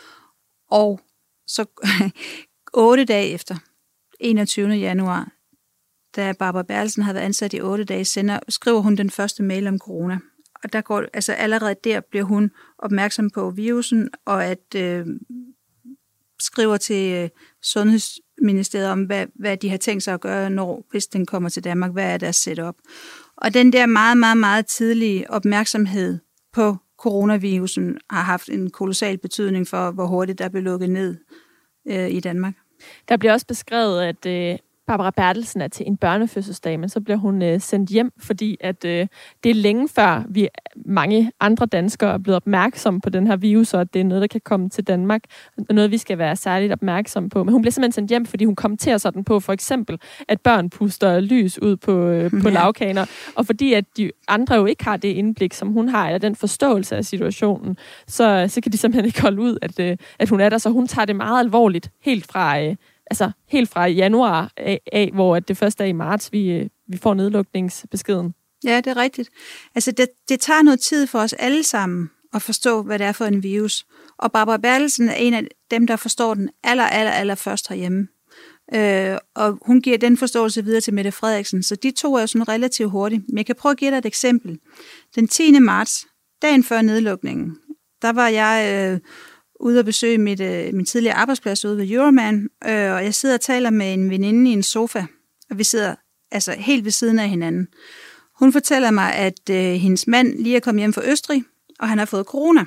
Og så otte dage efter, enogtyvende januar, da Barbara Bertelsen har været ansat i otte dage, sender, skriver hun den første mail om corona. Og der går, altså allerede der bliver hun opmærksom på virusen, og at øh, skriver til øh, Sundhedsministeriet om, hvad, hvad de har tænkt sig at gøre, når, hvis den kommer til Danmark, hvad er deres setup. Og den der meget, meget, meget tidlige opmærksomhed på coronavirusen har haft en kolossal betydning for, hvor hurtigt der blev lukket ned øh, i Danmark. Der bliver også beskrevet, at øh, Barbara Bertelsen er til en børnefødselsdag, men så bliver hun øh, sendt hjem, fordi at øh, det er længe før vi mange andre danskere er blevet opmærksomme på den her virus, og at det er noget, der kan komme til Danmark, og noget, vi skal være særligt opmærksomme på. Men hun bliver simpelthen sendt hjem, fordi hun kommenterer sådan på, for eksempel, at børn puster lys ud på, øh, på ja. lavkaner, og fordi at de andre jo ikke har det indblik, som hun har, eller den forståelse af situationen, så, så kan de simpelthen ikke holde ud, at, øh, at hun er der, så hun tager det meget alvorligt, helt fra... Øh, Altså helt fra januar af, af hvor det første er i marts, vi, vi får nedlukningsbeskeden. Ja, det er rigtigt. Altså det, det tager noget tid for os alle sammen at forstå, hvad det er for en virus. Og Barbara Bertelsen er en af dem, der forstår den aller, aller, aller først herhjemme. Øh, og hun giver den forståelse videre til Mette Frederiksen, så de to er jo sådan relativt hurtigt. Men jeg kan prøve at give dig et eksempel. Den tiende marts, dagen før nedlukningen, der var jeg øh, ude at besøge mit, øh, min tidligere arbejdsplads ude ved Euroman, øh, og jeg sidder og taler med en veninde i en sofa, og vi sidder altså helt ved siden af hinanden. Hun fortæller mig, at øh, hendes mand lige er kommet hjem fra Østrig, og han har fået corona.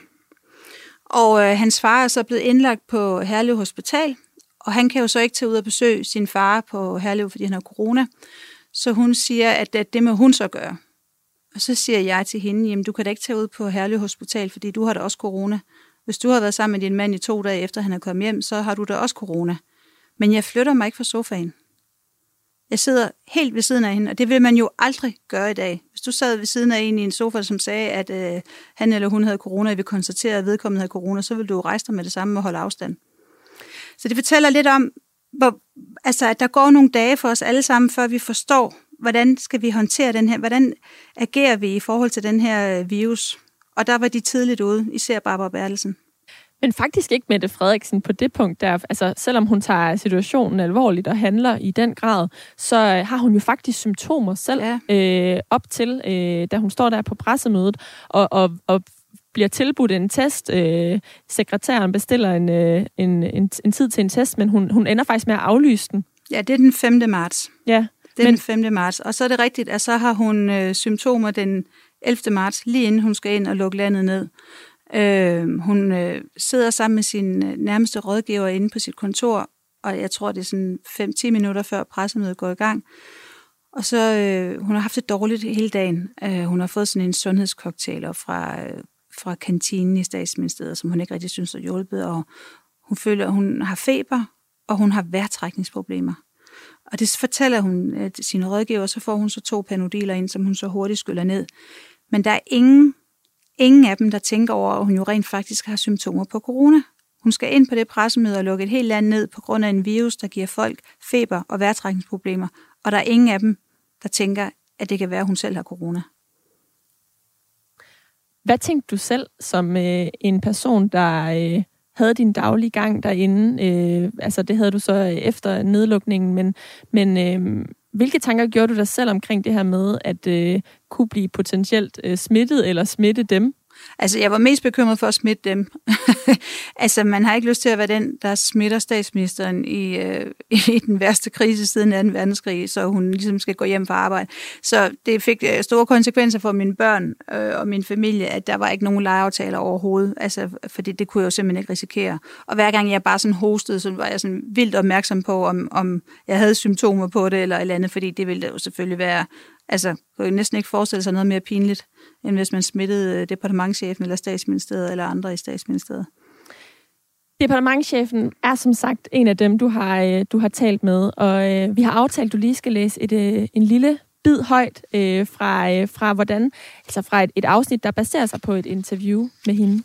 Og øh, hans far er så blevet indlagt på Herlev Hospital, og han kan jo så ikke tage ud og besøge sin far på Herlev, fordi han har corona. Så hun siger, at, at det må hun så gøre. Og så siger jeg til hende, jamen du kan da ikke tage ud på Herlev Hospital, fordi du har da også corona. Hvis du har været sammen med din mand i to dage efter han er kommet hjem, så har du da også corona. Men jeg flytter mig ikke fra sofaen. Jeg sidder helt ved siden af hende, og det vil man jo aldrig gøre i dag. Hvis du sad ved siden af en i en sofa, som sagde, at øh, han eller hun havde corona, og vi konstaterede, at vedkommende havde corona, så vil du rejse dig med det samme og holde afstand. Så det fortæller lidt om, hvor, altså, at der går nogle dage for os alle sammen, før vi forstår, hvordan skal vi håndtere den her, hvordan agerer vi i forhold til den her virus. Og der var de tidligt ude, især Barbara Bertelsen. Men faktisk ikke Mette Frederiksen på det punkt der. Altså, selvom hun tager situationen alvorligt og handler i den grad, så har hun jo faktisk symptomer selv ja. øh, op til, øh, da hun står der på pressemødet og, og, og bliver tilbudt en test. Øh, sekretæren bestiller en, øh, en, en, en tid til en test, men hun, hun ender faktisk med at aflyse den. Ja, det er den femte marts. Ja. Det er men... den femte marts. Og så er det rigtigt, at så har hun øh, symptomer den ellevte marts, lige inden hun skal ind og lukke landet ned. Øh, hun øh, sidder sammen med sin øh, nærmeste rådgiver inde på sit kontor, og jeg tror, det er sådan fem til ti minutter før pressemødet går i gang. Og så, øh, hun har haft det dårligt hele dagen. Øh, hun har fået sådan en sundhedscocktail fra, øh, fra kantinen i Statsministeriet, som hun ikke rigtig synes har hjulpet, og hun føler, at hun har feber, og hun har vejrtrækningsproblemer. Og det fortæller hun øh, sine rådgiver, så får hun så to Panodiler ind, som hun så hurtigt skyller ned. Men der er ingen Ingen af dem, der tænker over, at hun jo rent faktisk har symptomer på corona. Hun skal ind på det pressemøde og lukke et helt land ned på grund af en virus, der giver folk feber og vejrtrækningsproblemer. Og der er ingen af dem, der tænker, at det kan være, at hun selv har corona. Hvad tænkte du selv som øh, en person, der øh, havde din daglige gang derinde? Øh, altså det havde du så efter nedlukningen, men... men øh, hvilke tanker gjorde du dig selv omkring det her med, at øh, kunne blive potentielt øh, smittet eller smitte dem? Altså, jeg var mest bekymret for at smitte dem. Altså, man har ikke lyst til at være den, der smitter statsministeren i, øh, i den værste krise siden anden verdenskrig, så hun ligesom skal gå hjem fra arbejde. Så det fik øh, store konsekvenser for mine børn øh, og min familie, at der var ikke nogen legeaftaler overhovedet. Altså, fordi det kunne jeg jo simpelthen ikke risikere. Og hver gang jeg bare sådan hostede, så var jeg sådan vildt opmærksom på, om, om jeg havde symptomer på det eller et eller andet, fordi det ville jo selvfølgelig være... Altså, kunne jeg næsten ikke forestille sig noget mere pinligt, end hvis man smittede departementschefen eller statsministeriet eller andre i statsministeriet. Departementschefen er som sagt en af dem, du har, du har talt med, og øh, vi har aftalt, at du lige skal læse et, øh, en lille bid højt øh, fra, øh, fra, hvordan, altså fra et, et afsnit, der baserer sig på et interview med hende.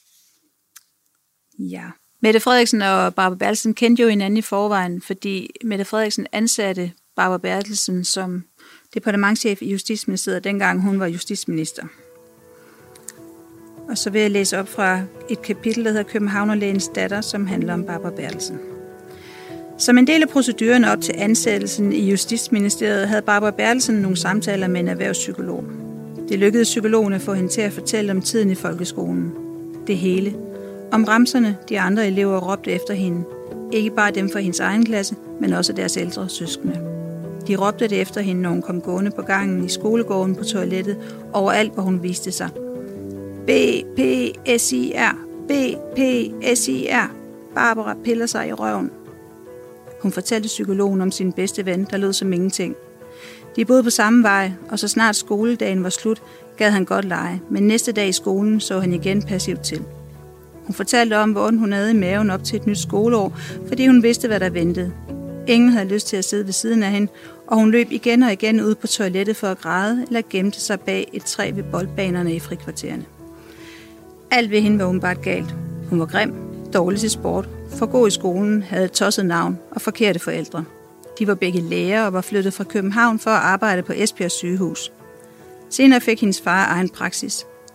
Ja. Mette Frederiksen og Barbara Bertelsen kendte jo hinanden i forvejen, fordi Mette Frederiksen ansatte Barbara Bertelsen som departementschef i Justitsministeriet, dengang hun var justitsminister. Og så vil jeg læse op fra et kapitel, der hedder Københavnerlægens datter, som handler om Barbara Bertelsen. Som en del af proceduren op til ansættelsen i Justitsministeriet, havde Barbara Bertelsen nogle samtaler med en erhvervspsykolog. Det lykkedes psykologen at få hende til at fortælle om tiden i folkeskolen. Det hele. Om ramserne, de andre elever råbte efter hende. Ikke bare dem fra hendes egen klasse, men også deres ældre søskende. De råbte det efter hende, når hun kom gående på gangen, i skolegården, på toilettet, overalt, hvor hun viste sig. B P S I R, B P S I R. Barbara piller sig i røven. Hun fortalte psykologen om sin bedste ven, der lød som ingenting. De boede på samme vej, og så snart skoledagen var slut, gad han godt lege, men næste dag i skolen så han igen passivt til. Hun fortalte om, hvordan hun havde i maven op til et nyt skoleår, fordi hun vidste, hvad der ventede. Ingen havde lyst til at sidde ved siden af hende, og hun løb igen og igen ud på toilettet for at græde, eller gemte sig bag et træ ved boldbanerne i frikvartererne. Alt ved hende var åbenbart galt. Hun var grim, dårlig til sport, for god i skolen, havde et tosset navn og forkerte forældre. De var begge læger og var flyttet fra København for at arbejde på Esbjerg sygehus. Senere fik hendes far egen praksis.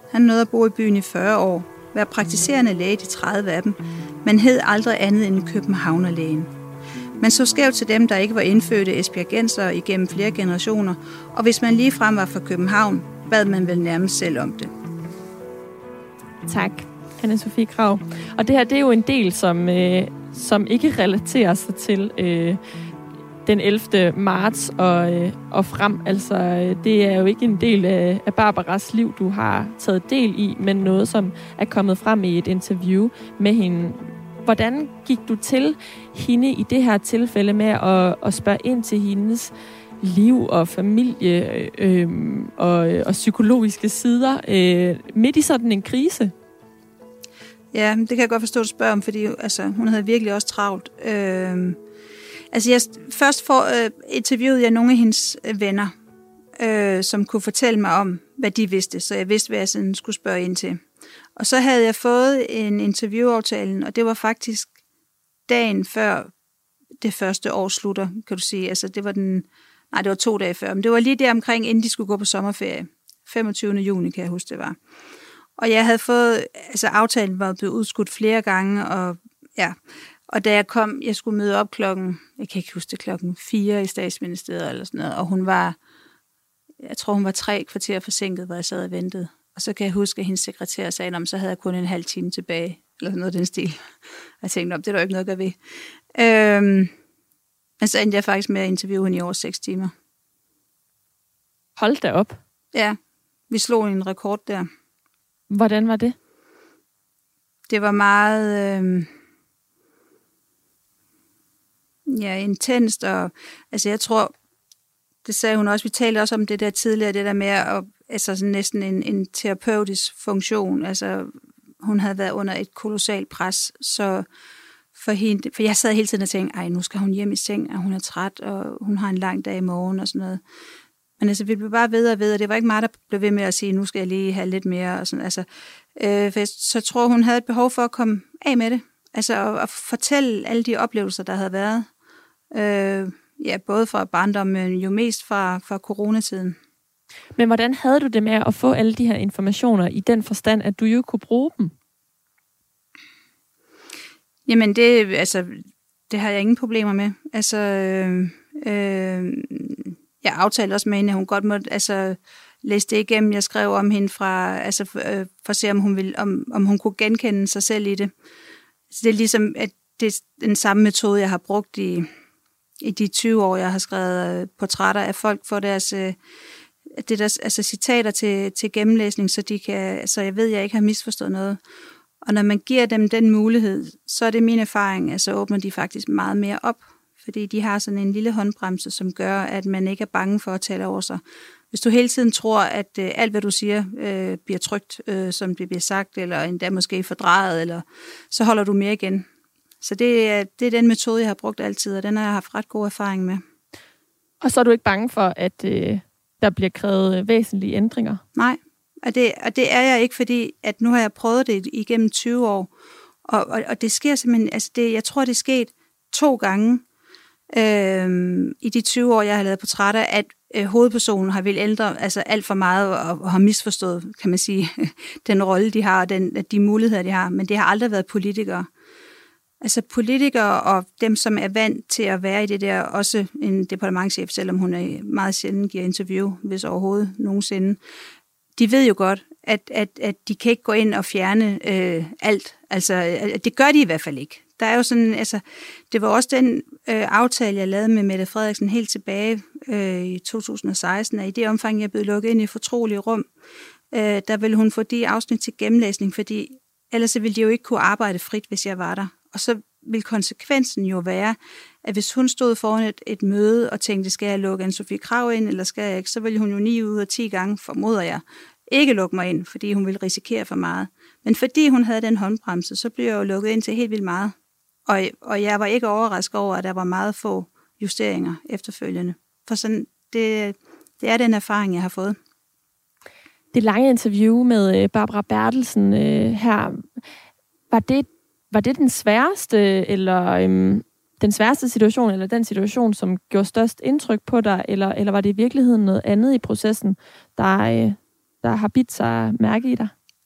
Han nåede at bo i byen i fyrre år, være praktiserende læge de tredive af dem, men hed aldrig andet end københavnerlægen. Man så skævt til dem, der ikke var indfødte esbjergensere igennem flere generationer, og hvis man ligefrem var fra København, bad man vel nærmest selv om det. Tak, Anne-Sophie Krag. Og det her, det er jo en del, som, øh, som ikke relaterer sig til øh, den ellevte marts og, øh, og frem. Altså, det er jo ikke en del af, af Barbaras liv, du har taget del i, men noget, som er kommet frem i et interview med hende. Hvordan gik du til hende i det her tilfælde med at, at spørge ind til hendes liv og familie øh, og, og psykologiske sider øh, midt i sådan en krise? Ja, det kan jeg godt forstå, at du spørger om, fordi altså, hun havde virkelig også travlt. Øh, altså, jeg, først for, øh, interviewede jeg nogle af hendes venner, øh, som kunne fortælle mig om, hvad de vidste, så jeg vidste, hvad jeg sådan skulle spørge ind til. Og så havde jeg fået en interviewaftalen, og det var faktisk dagen før det første år slutter, kan du sige. Altså, det var den... Nej, det var to dage før, men det var lige der omkring, inden de skulle gå på sommerferie. femogtyvende juni, kan jeg huske, det var. Og jeg havde fået... Altså, aftalen var blevet udskudt flere gange, og ja... Og da jeg kom, jeg skulle møde op klokken... Jeg kan ikke huske det, klokken fire i Statsministeriet eller sådan noget, og hun var... Jeg tror, hun var tre kvarter forsinket, hvor jeg sad og ventede. Og så kan jeg huske, at hendes sekretær sagde, om så havde jeg kun en halv time tilbage, eller sådan noget af den stil. Og jeg tænkte, om det er der jo ikke noget at gøre ved. Øhm, men så endte jeg faktisk med at interviewe hende i over seks timer. Hold da op. Ja, vi slog en rekord der. Hvordan var det? Det var meget øh, ja, intenst, og altså jeg tror, det sagde hun også, vi talte også om det der tidligere, det der med at, altså sådan næsten en, en terapeutisk funktion, altså hun havde været under et kolossalt pres, så for hende, for jeg sad hele tiden og tænkte, ej, nu skal hun hjem i seng, og hun er træt, og hun har en lang dag i morgen, og sådan noget. Men altså, vi blev bare ved og ved, og det var ikke mig, der blev ved med at sige, nu skal jeg lige have lidt mere, og sådan, altså, øh, for jeg, så tror jeg, hun havde et behov for at komme af med det, altså at, at fortælle alle de oplevelser, der havde været, øh, ja, både fra barndommen, men jo mest fra, fra coronatiden. Men hvordan havde du det med at få alle de her informationer i den forstand, at du jo kunne bruge dem? Jamen, det, altså, det har jeg ingen problemer med. Altså, øh, øh, jeg aftalte også med hende, at hun godt måtte altså, læse det igennem. Jeg skrev om hende fra, altså, for, øh, for at se, om hun, ville, om, om hun kunne genkende sig selv i det. Så det er ligesom, at det er den samme metode, jeg har brugt i, i de tyve år, jeg har skrevet øh, portrætter af folk for deres... Øh, det der, altså citater til, til gennemlæsning, så, de kan, så jeg ved, at jeg ikke har misforstået noget. Og når man giver dem den mulighed, så er det min erfaring, at så åbner de faktisk meget mere op, fordi de har sådan en lille håndbremse, som gør, at man ikke er bange for at tale over sig. Hvis du hele tiden tror, at øh, alt, hvad du siger, øh, bliver trygt, øh, som det bliver sagt, eller endda måske fordrejet, eller, så holder du mere igen. Så det er, det er den metode, jeg har brugt altid, og den har jeg haft ret god erfaring med. Og så er du ikke bange for, at... Øh der bliver krævet væsentlige ændringer? Nej, og det, og det er jeg ikke, fordi at nu har jeg prøvet det igennem tyve år, og, og, og det sker simpelthen, altså det, jeg tror, det er sket to gange øh, i de tyve år, jeg har lavet portrætter, at øh, hovedpersonen har vil ændre altså alt for meget og, og har misforstået, kan man sige, den rolle, de har, og den, de muligheder, de har, men det har aldrig været politikere. Altså politikere og dem, som er vant til at være i det der, også en departementschef, selvom hun er meget sjældent giver interview, hvis overhovedet nogensinde, de ved jo godt, at, at, at de kan ikke gå ind og fjerne øh, alt. Altså, det gør de i hvert fald ikke. Der er jo sådan, altså, det var også den øh, aftale, jeg lavede med Mette Frederiksen helt tilbage øh, i to tusind og seksten, at i det omfang, jeg blev lukket ind i fortrolige rum, øh, der ville hun få de afsnit til gennemlæsning, fordi ellers ville de jo ikke kunne arbejde frit, hvis jeg var der. Og så vil konsekvensen jo være, at hvis hun stod foran et, et møde og tænkte, skal jeg lukke Anne-Sophie Krag ind, eller skal jeg ikke, så ville hun jo ni ud af ti gange, formoder jeg, ikke lukke mig ind, fordi hun ville risikere for meget. Men fordi hun havde den håndbremse, så blev jeg jo lukket ind til helt vildt meget. Og, og jeg var ikke overrasket over, at der var meget få justeringer efterfølgende. For sådan, det, det er den erfaring, jeg har fået. Det lange interview med Barbara Bertelsen øh, her, var det Var det den sværeste, eller øhm, den sværeste situation, eller den situation, som gjorde størst indtryk på dig, eller, eller var det i virkeligheden noget andet i processen, der, øh, der har bidt sig mærke i dig?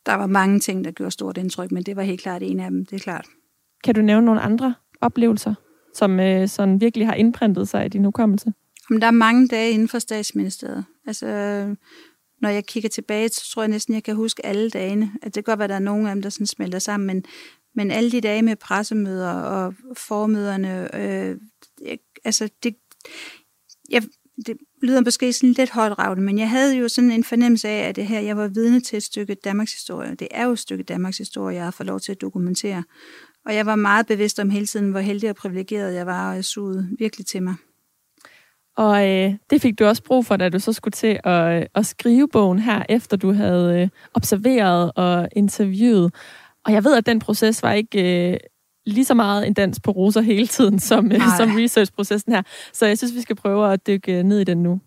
Der var mange ting, der gjorde stort indtryk, men det var helt klart en af dem, det er klart. Kan du nævne nogle andre oplevelser, som øh, sådan virkelig har indprintet sig i din hukommelse? Men der er mange dage inden for Statsministeriet. Altså, når jeg kigger tilbage, så tror jeg næsten, jeg kan huske alle dagene. At det kan godt være, at der er nogle af dem, der sådan smelter sammen, men, men alle de dage med pressemøder og formøderne, øh, jeg, altså, det, jeg, det lyder måske sådan lidt højtravlet, men jeg havde jo sådan en fornemmelse af, at det her, jeg var vidne til et stykke Danmarks historie. Det er jo et stykke Danmarks historie, jeg har fået lov til at dokumentere. Og jeg var meget bevidst om hele tiden, hvor heldig og privilegeret jeg var, og jeg sugede virkelig til mig. Og øh, det fik du også brug for, da du så skulle til at, at skrive bogen her, efter du havde øh, observeret og interviewet. Og jeg ved, at den proces var ikke øh, lige så meget en dans på roser hele tiden, som, øh, som researchprocessen her. Så jeg synes, vi skal prøve at dykke ned i den nu.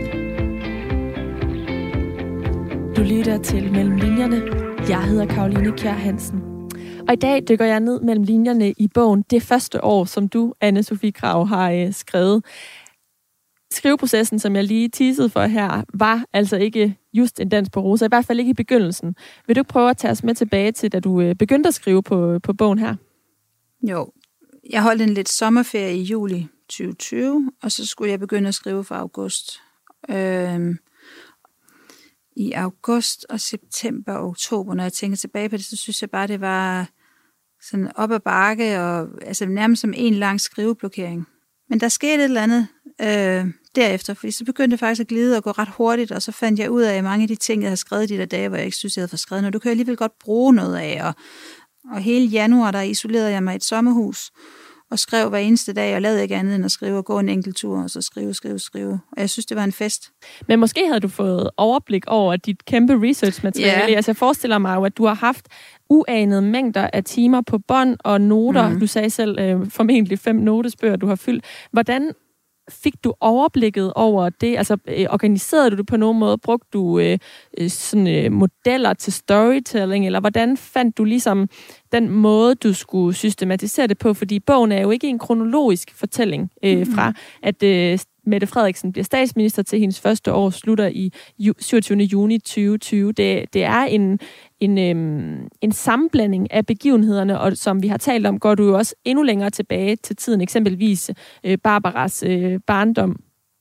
Du lytter til Mellem Linjerne. Jeg hedder Caroline Kjær Hansen. Og i dag dykker jeg ned mellem linjerne i bogen Det første år, som du, Anne-Sophie Krag, har øh, skrevet. Skriveprocessen, som jeg lige teasede for her, var altså ikke just en dans på roser, i hvert fald ikke i begyndelsen. Vil du prøve at tage os med tilbage til, da du øh, begyndte at skrive på, på bogen her? Jo, jeg holdt en lidt sommerferie i juli tyve tyve, og så skulle jeg begynde at skrive for august. Øhm, I august og september og oktober, når jeg tænker tilbage på det, så synes jeg bare, det var sådan op ad bakke, og altså nærmest som en lang skriveblokering. Men der skete et eller andet øh, derefter, fordi så begyndte det faktisk at glide og gå ret hurtigt, og så fandt jeg ud af, at mange af de ting, jeg havde skrevet de der dage, hvor jeg ikke synes, jeg havde fået skrevet noget, du kan jeg alligevel godt bruge noget af, og, og hele januar, der isolerede jeg mig i et sommerhus, og skrev hver eneste dag, og lavede ikke andet end at skrive og gå en enkelt tur, og så skrive, skrive, skrive. Og jeg synes, det var en fest. Men måske havde du fået overblik over dit kæmpe research-materiale. Yeah. Altså, jeg forestiller mig jo, at du har haft uanede mængder af timer på bånd og noter. Mm. Du sagde selv øh, formentlig fem notesbøger, du har fyldt. Hvordan fik du overblikket over det? Altså, øh, organiserede du det på nogen måde? Brugte du øh, sådan, øh, modeller til storytelling? Eller hvordan fandt du ligesom den måde, du skulle systematisere det på? Fordi bogen er jo ikke en kronologisk fortælling øh, mm. fra, at øh, Mette Frederiksen bliver statsminister til hendes første år slutter i syvogtyvende juni tyve tyve. Det, det er en, en, øhm, en sammenblanding af begivenhederne, og som vi har talt om, går du jo også endnu længere tilbage til tiden, eksempelvis øh, Barbaras øh, barndom.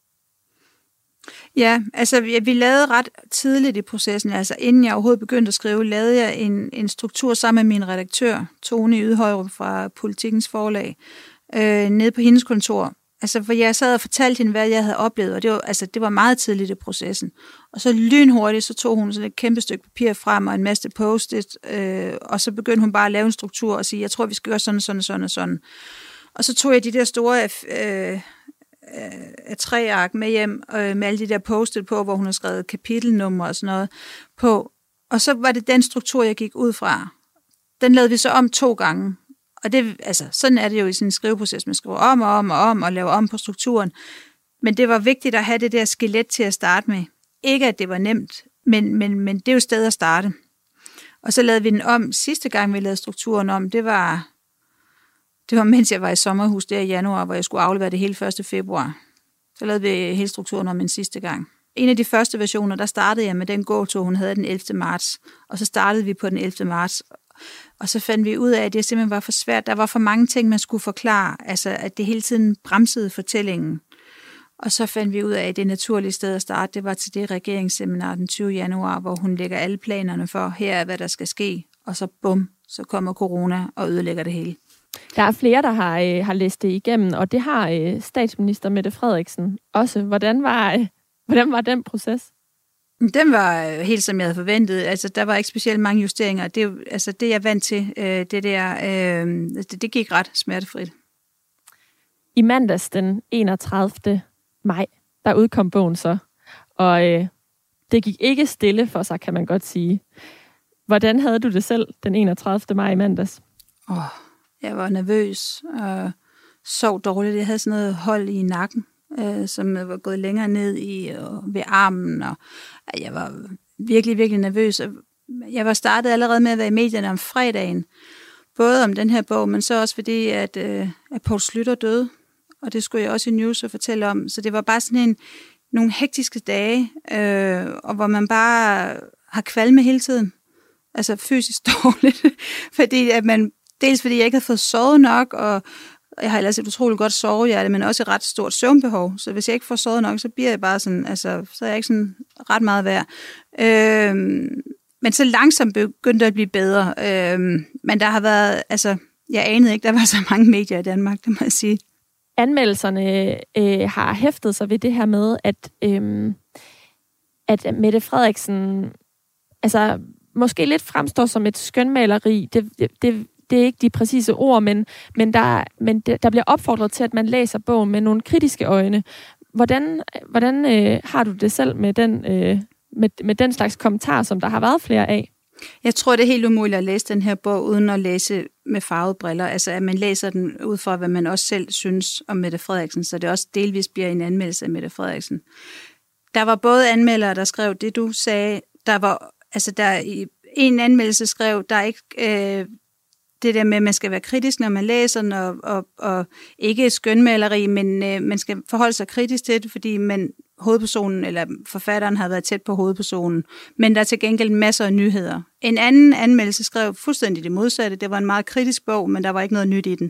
Ja, altså vi lavede ret tidligt i processen, altså inden jeg overhovedet begyndte at skrive, lavede jeg en, en struktur sammen med min redaktør, Tone Ydhøjrup fra Politikens Forlag, øh, nede på hendes kontor. Altså, for jeg sad og fortalte hende, hvad jeg havde oplevet, og det var, altså, det var meget tidligt i processen. Og så lynhurtigt, så tog hun sådan et kæmpe stykke papir frem og en masse post-it, øh, og så begyndte hun bare at lave en struktur og sige, jeg tror, vi skal gøre sådan og sådan og sådan og sådan. Og så tog jeg de der store øh, øh, tre ark med hjem, øh, med alle de der post-it på, hvor hun har skrevet kapitelnummer og sådan noget på. Og så var det den struktur, jeg gik ud fra. Den lavede vi så om to gange. Og det, altså, sådan er det jo i sådan en skriveproces, man skriver om og om og om og laver om på strukturen. Men det var vigtigt at have det der skelet til at starte med. Ikke at det var nemt, men, men, men det er jo sted at starte. Og så lavede vi den om. Sidste gang vi lavede strukturen om, det var, det var mens jeg var i sommerhus der i januar, hvor jeg skulle aflevere det hele første februar. Så lavede vi hele strukturen om en sidste gang. En af de første versioner, der startede jeg med den gåtur, hun havde den ellevte marts. Og så startede vi på den ellevte marts. Og så fandt vi ud af, at det simpelthen var for svært. Der var for mange ting, man skulle forklare. Altså, at det hele tiden bremsede fortællingen. Og så fandt vi ud af, at det naturlige sted at starte, det var til det regeringsseminar den tyvende januar, hvor hun lægger alle planerne for, her er, hvad der skal ske. Og så bum, så kommer corona og ødelægger det hele. Der er flere, der har, øh, har læst det igennem, og det har øh, statsminister Mette Frederiksen også. Hvordan var, øh, hvordan var den proces? Den var helt som jeg havde forventet. Altså, der var ikke specielt mange justeringer. Det, altså, det jeg er vant til, øh, det der, øh, det, det gik ret smertefrit. I mandags den enogtredivte maj, der udkom bogen så. Og øh, det gik ikke stille for sig, kan man godt sige. Hvordan havde du det selv den enogtredivte maj i mandags? Oh, jeg var nervøs og sov dårligt. Jeg havde sådan noget hold i nakken, øh, som var gået længere ned i og ved armen, og jeg var virkelig, virkelig nervøs. Jeg var startet allerede med at være i medierne om fredagen, både om den her bog, men så også fordi, at, øh, at Poul Schlüter døde, og det skulle jeg også i News og fortælle om. Så det var bare sådan en, nogle hektiske dage, øh, og hvor man bare har kvalme hele tiden. altså fysisk dårligt, fordi at man, dels fordi jeg ikke havde fået sovet nok, og jeg har ellers et utroligt godt sovehjerte, men også et ret stort søvnbehov, så hvis jeg ikke får sovet nok, så bliver jeg bare sådan, altså, så er jeg ikke sådan ret meget værd. Øhm, men så langsomt begyndte det at blive bedre, øhm, men der har været, altså, jeg anede ikke, der var så mange medier i Danmark, det må jeg sige. Anmeldelserne øh, har hæftet sig ved det her med, at, øh, at Mette Frederiksen altså, måske lidt fremstår som et skønmaleri. Det, det, det, det er ikke de præcise ord, men, men, der, men der bliver opfordret til, at man læser bogen med nogle kritiske øjne. Hvordan, hvordan øh, har du det selv med den, øh, med, med den slags kommentar, som der har været flere af? Jeg tror, det er helt umuligt at læse den her bog, uden at læse med farvede briller. Altså, at man læser den ud fra, hvad man også selv synes om Mette Frederiksen, så det også delvis bliver en anmeldelse af Mette Frederiksen. Der var både anmeldere, der skrev det, du sagde. Der var, altså, der i en anmeldelse skrev, der er ikke øh, det der med, at man skal være kritisk, når man læser den, og, og, og ikke skønmaleri, men øh, man skal forholde sig kritisk til det, fordi man hovedpersonen eller forfatteren har været tæt på hovedpersonen, men der er til gengæld masser af nyheder. En anden anmeldelse skrev fuldstændig det modsatte. Det var en meget kritisk bog, men der var ikke noget nyt i den.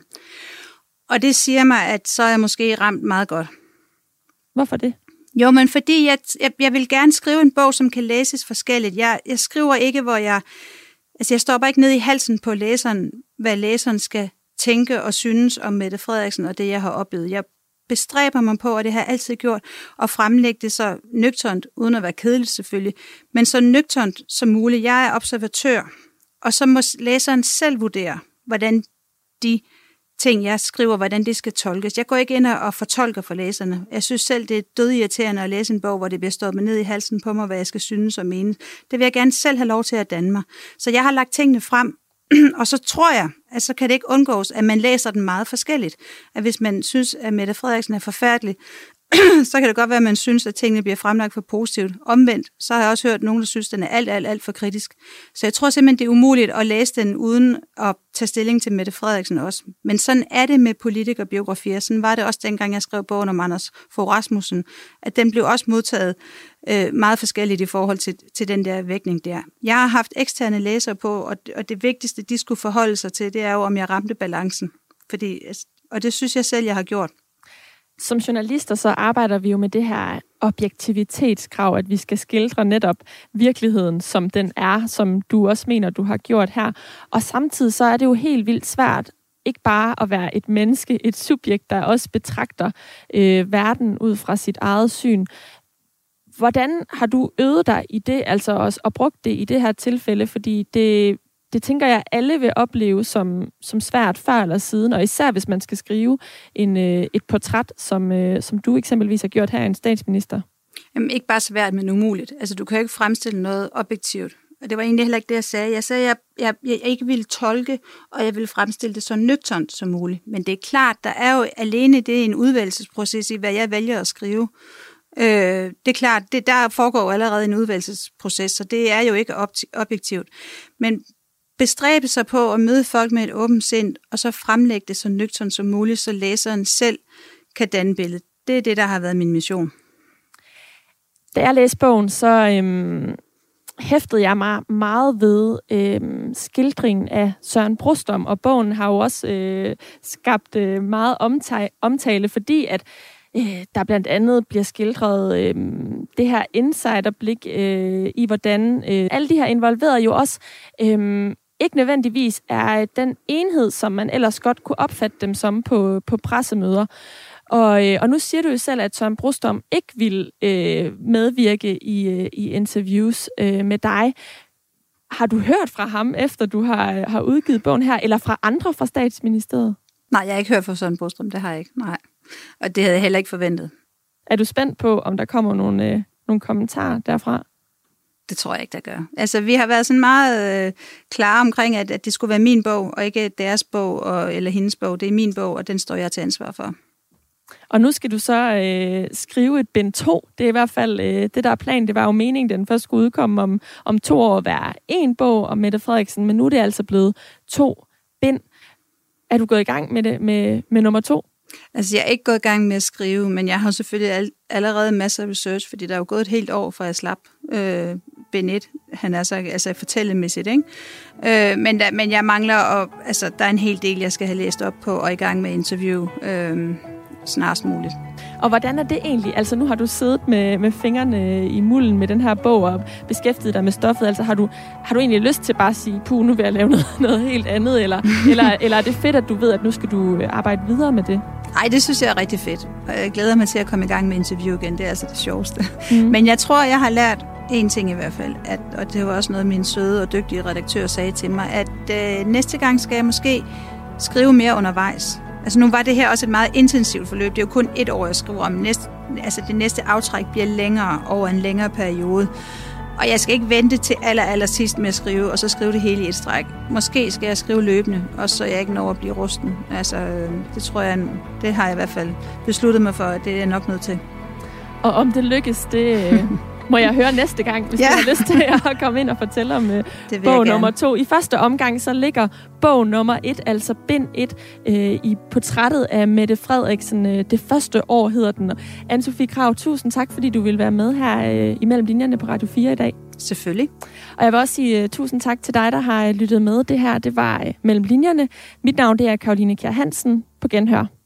Og det siger mig, at så er jeg måske ramt meget godt. Hvorfor det? Jo, men fordi jeg, jeg, jeg vil gerne skrive en bog, som kan læses forskelligt. Jeg, jeg skriver ikke, hvor jeg... Altså, jeg stopper ikke ned i halsen på læseren, hvad læseren skal tænke og synes om Mette Frederiksen og det, jeg har oplevet. Jeg bestræber mig på, og det har jeg altid gjort, at fremlægge det så nøgternt, uden at være kedeligt selvfølgelig, men så nøgternt som muligt. Jeg er observatør, og så må læseren selv vurdere, hvordan de ting, jeg skriver, hvordan det skal tolkes. Jeg går ikke ind og fortolker for læserne. Jeg synes selv, det er dødirriterende at læse en bog, hvor det bliver stået ned i halsen på mig, hvad jeg skal synes og mene. Det vil jeg gerne selv have lov til at danne mig. Så jeg har lagt tingene frem, og så tror jeg, at så kan det ikke undgås, at man læser den meget forskelligt. At hvis man synes, at Mette Frederiksen er forfærdelig, så kan det godt være, at man synes, at tingene bliver fremlagt for positivt. Omvendt, så har jeg også hørt nogen, der synes, at den er alt, alt, alt for kritisk. Så jeg tror simpelthen, det er umuligt at læse den, uden at tage stilling til Mette Frederiksen også. Men sådan er det med politikerbiografier. Sådan var det også, dengang jeg skrev bogen om Anders Fogh Rasmussen, at den blev også modtaget øh, meget forskelligt i forhold til, til den der vægtning der. Jeg har haft eksterne læsere på, og, og det vigtigste, de skulle forholde sig til, det er jo, om jeg ramte balancen. Fordi, og det synes jeg selv, jeg har gjort. Som journalister så arbejder vi jo med det her objektivitetskrav, at vi skal skildre netop virkeligheden, som den er, som du også mener, du har gjort her. Og samtidig så er det jo helt vildt svært ikke bare at være et menneske, et subjekt, der også betragter øh, verden ud fra sit eget syn. Hvordan har du øvet dig i det, altså også, og brugt det i det her tilfælde? Fordi det, det tænker jeg, alle vil opleve som, som svært før eller siden, og især hvis man skal skrive en, øh, et portræt, som, øh, som du eksempelvis har gjort her af en statsminister. Jamen, ikke bare svært, men umuligt. Altså, du kan jo ikke fremstille noget objektivt. Og det var egentlig heller ikke det, jeg sagde. Jeg sagde, at jeg, jeg, jeg ikke ville tolke, og jeg ville fremstille det så nøgternt som muligt. Men det er klart, der er jo alene det en udvælgelsesproces i, hvad jeg vælger at skrive. Øh, det er klart, det, der foregår jo allerede en udvælgelsesproces, så det er jo ikke objektivt. Men bestræbe sig på at møde folk med et åbent sind, og så fremlægge det så nøgternt som muligt, så læseren selv kan danne billedet. Det er det, der har været min mission. Da jeg læste bogen, så øhm, hæftede jeg mig meget ved øhm, skildringen af Søren Brostrøm, og bogen har jo også øh, skabt øh, meget omtale, omtale, fordi at øh, der blandt andet bliver skildret øh, det her insiderblik øh, i, hvordan øh, alle de her involverede jo også øh, ikke nødvendigvis er den enhed, som man ellers godt kunne opfatte dem som på, på pressemøder. Og, øh, og nu siger du jo selv, at Søren Brostrøm ikke vil øh, medvirke i, øh, i interviews øh, med dig. Har du hørt fra ham, efter du har, har udgivet bogen her, eller fra andre fra Statsministeriet? Nej, jeg har ikke hørt fra Søren Brostrøm, det har jeg ikke. Nej. Og det havde jeg heller ikke forventet. Er du spændt på, om der kommer nogle, øh, nogle kommentarer derfra? Det tror jeg ikke, der gør. Altså, vi har været sådan meget øh, klare omkring, at, at det skulle være min bog, og ikke deres bog og, eller hendes bog. Det er min bog, og den står jeg til ansvar for. Og nu skal du så øh, skrive et bind to. Det er i hvert fald øh, det, der er planen. Det var jo meningen, den først skulle udkomme om, om to år at være en bog om Mette Frederiksen, men nu er det altså blevet to bind. Er du gået i gang med det med, med nummer to? Altså, jeg er ikke gået i gang med at skrive, men jeg har selvfølgelig al- allerede masser af research, fordi der er jo gået et helt år, fra jeg slap øh, bind et. han er så altså fortællemæssigt, ikke? Øh, men, der, men jeg mangler, og, altså, der er en hel del, jeg skal have læst op på, og i gang med interview øh, snarest muligt. Og hvordan er det egentlig? Altså nu har du siddet med, med fingrene i mulden med den her bog og beskæftiget dig med stoffet. Altså har du, har du egentlig lyst til bare at sige, puh, nu vil jeg lave noget, noget helt andet? Eller, eller, eller er det fedt, at du ved, at nu skal du arbejde videre med det? Nej, det synes jeg er rigtig fedt. Og jeg glæder mig til at komme i gang med interview igen. Det er altså det sjoveste. Mm. Men jeg tror, jeg har lært en ting i hvert fald, at, og det var også noget, min søde og dygtige redaktør sagde til mig, at øh, næste gang skal jeg måske skrive mere undervejs. Altså nu var det her også et meget intensivt forløb. Det er jo kun et år, jeg skriver om. Næste, altså det næste aftræk bliver længere over en længere periode. Og jeg skal ikke vente til aller, aller sidst med at skrive, og så skrive det hele i et stræk. Måske skal jeg skrive løbende, også så jeg ikke når at blive rusten. Altså, det tror jeg, det har jeg i hvert fald besluttet mig for, at det er jeg nok nødt til. Og om det lykkes, det må jeg høre næste gang, hvis ja. du har lyst til at komme ind og fortælle om bog nummer to. I første omgang så ligger bog nummer et, altså bind et, øh, i portrættet af Mette Frederiksen. Det første år hedder den. Anne-Sophie Krag, tusind tak, fordi du ville være med her øh, imellem linjerne på Radio fire i dag. Selvfølgelig. Og jeg vil også sige uh, tusind tak til dig, der har lyttet med. Det her, det var uh, Mellem Linjerne. Mit navn det er Caroline Kjær Hansen. På genhør.